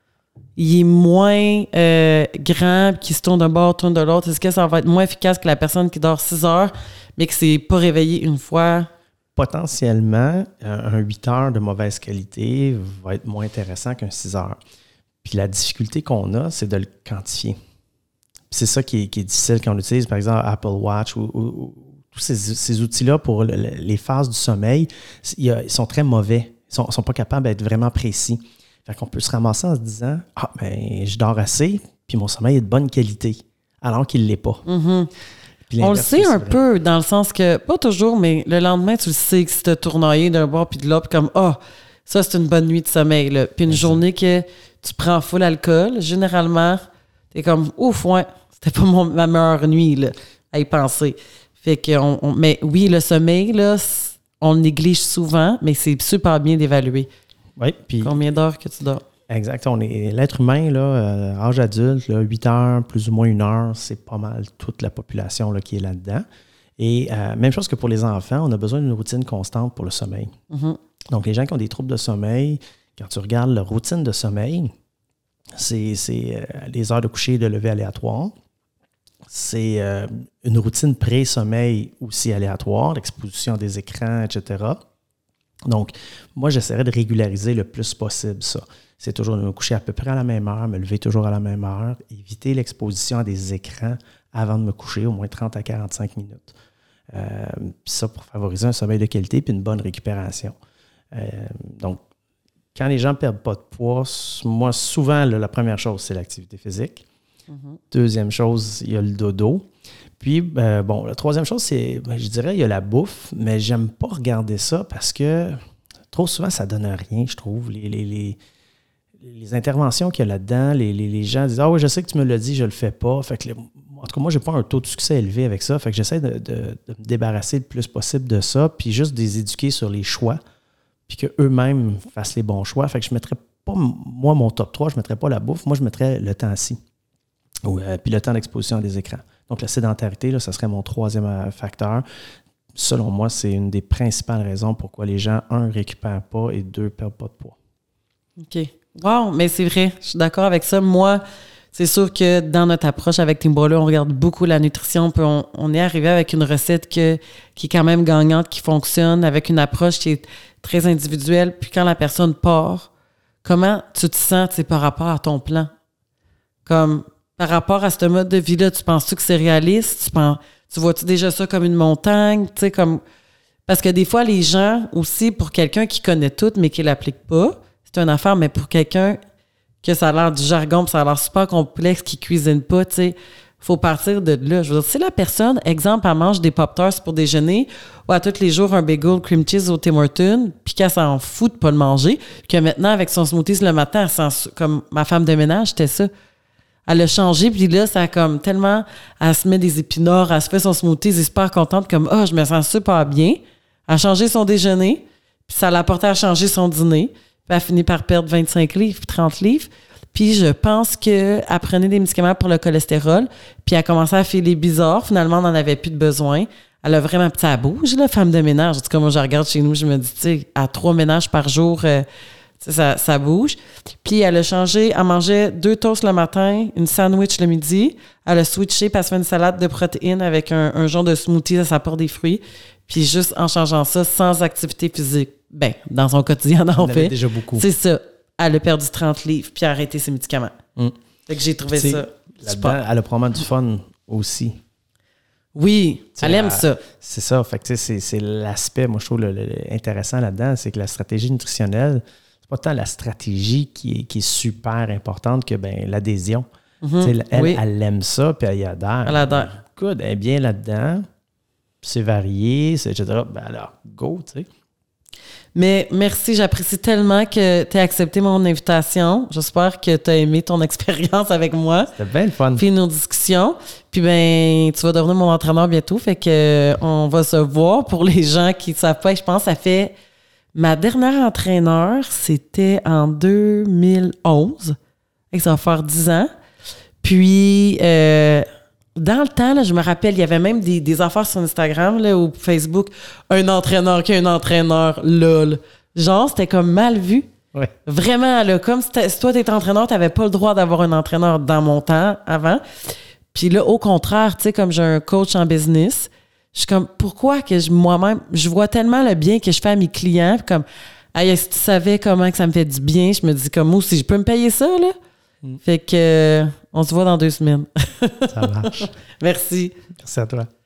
il est moins grand, qui se tourne d'un bord, tourne de l'autre, est-ce que ça va être moins efficace que la personne qui dort 6 heures, mais qui ne s'est pas réveillée une fois? Potentiellement, un 8 heures de mauvaise qualité va être moins intéressant qu'un 6 heures. Puis la difficulté qu'on a, c'est de le quantifier. Puis c'est ça qui est difficile quand on utilise, par exemple, Apple Watch ou tous ces outils-là pour les phases du sommeil, ils sont très mauvais. Ils ne sont pas capables d'être vraiment précis. Fait qu'on peut se ramasser en se disant « Ah, ben je dors assez, puis mon sommeil est de bonne qualité », alors qu'il ne l'est pas. Mm-hmm. On le sait un peu, dans le sens que, pas toujours, mais le lendemain, tu le sais que si tu as tournoyé d'un bord puis de l'autre, puis comme « Ah, ça, c'est une bonne nuit de sommeil. » là. Puis une journée que tu prends full alcool, généralement, tu es comme « Ouf, ouais, c'était pas ma meilleure nuit là, à y penser. » Fait que, mais oui, le sommeil, là, on le néglige souvent, mais c'est super bien d'évaluer. Oui, puis... Combien d'heures que tu dors? Exact. L'être humain, là, âge adulte, là, 8 heures, plus ou moins 1 heure, c'est pas mal toute la population là, qui est là-dedans. Et même chose que pour les enfants, on a besoin d'une routine constante pour le sommeil. Mm-hmm. Donc, les gens qui ont des troubles de sommeil, quand tu regardes leur routine de sommeil, c'est les heures de coucher et de lever aléatoires. C'est une routine pré-sommeil aussi aléatoire, l'exposition des écrans, etc. Donc, moi, j'essaierais de régulariser le plus possible ça. C'est toujours de me coucher à peu près à la même heure, me lever toujours à la même heure, éviter l'exposition à des écrans avant de me coucher, au moins 30 à 45 minutes. Puis ça, pour favoriser un sommeil de qualité puis une bonne récupération. Donc, quand les gens ne perdent pas de poids, moi, souvent, là, la première chose, c'est l'activité physique. Mm-hmm. Deuxième chose, il y a le dodo. Puis, la troisième chose, c'est, je dirais, il y a la bouffe, mais j'aime pas regarder ça parce que trop souvent, ça donne rien, je trouve. Les interventions qu'il y a là-dedans, les gens disent « Ah oui, je sais que tu me l'as dit, je le fais pas. » Fait que, en tout cas, moi, j'ai pas un taux de succès élevé avec ça. Fait que j'essaie de me débarrasser le plus possible de ça, puis juste de les éduquer sur les choix, puis qu'eux-mêmes fassent les bons choix. Fait que je mettrais pas, moi, mon top 3, je mettrais pas la bouffe, moi, je mettrais le temps assis. Puis le temps d'exposition à des écrans. Donc, la sédentarité, là, ça serait mon troisième facteur. Selon moi, c'est une des principales raisons pourquoi les gens, 1, ne récupèrent pas et 2, ne perdent pas de poids. OK. Wow, mais c'est vrai, je suis d'accord avec ça. Moi, c'est sûr que dans notre approche avec Timbrolo, on regarde beaucoup la nutrition, puis on est arrivé avec une recette qui est quand même gagnante, qui fonctionne, avec une approche qui est très individuelle. Puis quand la personne part, comment tu te sens par rapport à ton plan? Comme par rapport à ce mode de vie-là, tu penses-tu que c'est réaliste? Tu vois-tu déjà ça comme une montagne? Tu sais, comme... Parce que des fois, les gens aussi, pour quelqu'un qui connaît tout, mais qui ne l'applique pas, c'est une affaire, mais pour quelqu'un que ça a l'air du jargon, puis ça a l'air super complexe, qui ne cuisine pas, tu sais, il faut partir de là. Je veux dire, si la personne, exemple, elle mange des Pop-Tarts pour déjeuner, ou à tous les jours un bagel cream cheese au Tim Hortons, puis qu'elle s'en fout de pas le manger, que maintenant, avec son smoothies le matin, elle sent comme ma femme de ménage, c'était ça. Elle a changé, puis là, ça a comme tellement... Elle se met des épinards, elle se fait son smoothie, elle est super contente, comme « Ah, je me sens super bien ». Elle a changé son déjeuner, puis ça l'a porté à changer son dîner, puis elle a fini par perdre 25 livres, puis 30 livres. Puis je pense qu'elle prenait des médicaments pour le cholestérol, puis elle a commencé à filer bizarre. Finalement, on n'en avait plus de besoin. Elle a vraiment... Puis ça bouge, la femme de ménage. En tout cas, moi, je regarde chez nous, je me dis, tu sais, à 3 ménages par jour... Ça bouge. Puis elle a changé, elle mangeait 2 toasts le matin, une sandwich le midi. Elle a switché, puis elle se fait une salade de protéines avec un genre de smoothie, ça apporte des fruits. Puis juste en changeant ça, sans activité physique. Ben, dans son quotidien, en fait. Déjà beaucoup. C'est ça. Elle a perdu 30 livres, puis a arrêté ses médicaments. Fait que j'ai trouvé ça super. Elle a probablement du fun aussi. Oui, elle aime ça. C'est ça. Fait que c'est l'aspect, moi, je trouve intéressant là-dedans, c'est que la stratégie nutritionnelle, pas tant la stratégie qui est super importante que l'adhésion. Elle aime ça, puis elle y adhère. Elle adhère. Écoute, elle est bien là-dedans, c'est varié, etc. Alors, go, tu sais. Mais merci, j'apprécie tellement que tu aies accepté mon invitation. J'espère que tu as aimé ton expérience avec moi. C'était bien le fun. Puis nos discussions. Puis tu vas devenir mon entraîneur bientôt, fait que on va se voir. Pour les gens qui ne savent pas, je pense que ça fait... Ma dernière entraîneur, c'était en 2011. Ça va faire 10 ans. Puis, dans le temps, là, je me rappelle, il y avait même des affaires sur Instagram là, ou Facebook. Un entraîneur qui a un entraîneur, lol. Genre, c'était comme mal vu. Ouais. Vraiment, là, comme si toi, t'étais entraîneur, t'avais pas le droit d'avoir un entraîneur dans mon temps avant. Puis là, au contraire, tu sais, comme j'ai un coach en business... Je suis comme, pourquoi que moi-même, je vois tellement le bien que je fais à mes clients, comme, hey, si tu savais comment que ça me fait du bien, je me dis comme, moi aussi, je peux me payer ça, là? Fait que, on se voit dans 2 semaines. Ça marche. Merci. Merci à toi.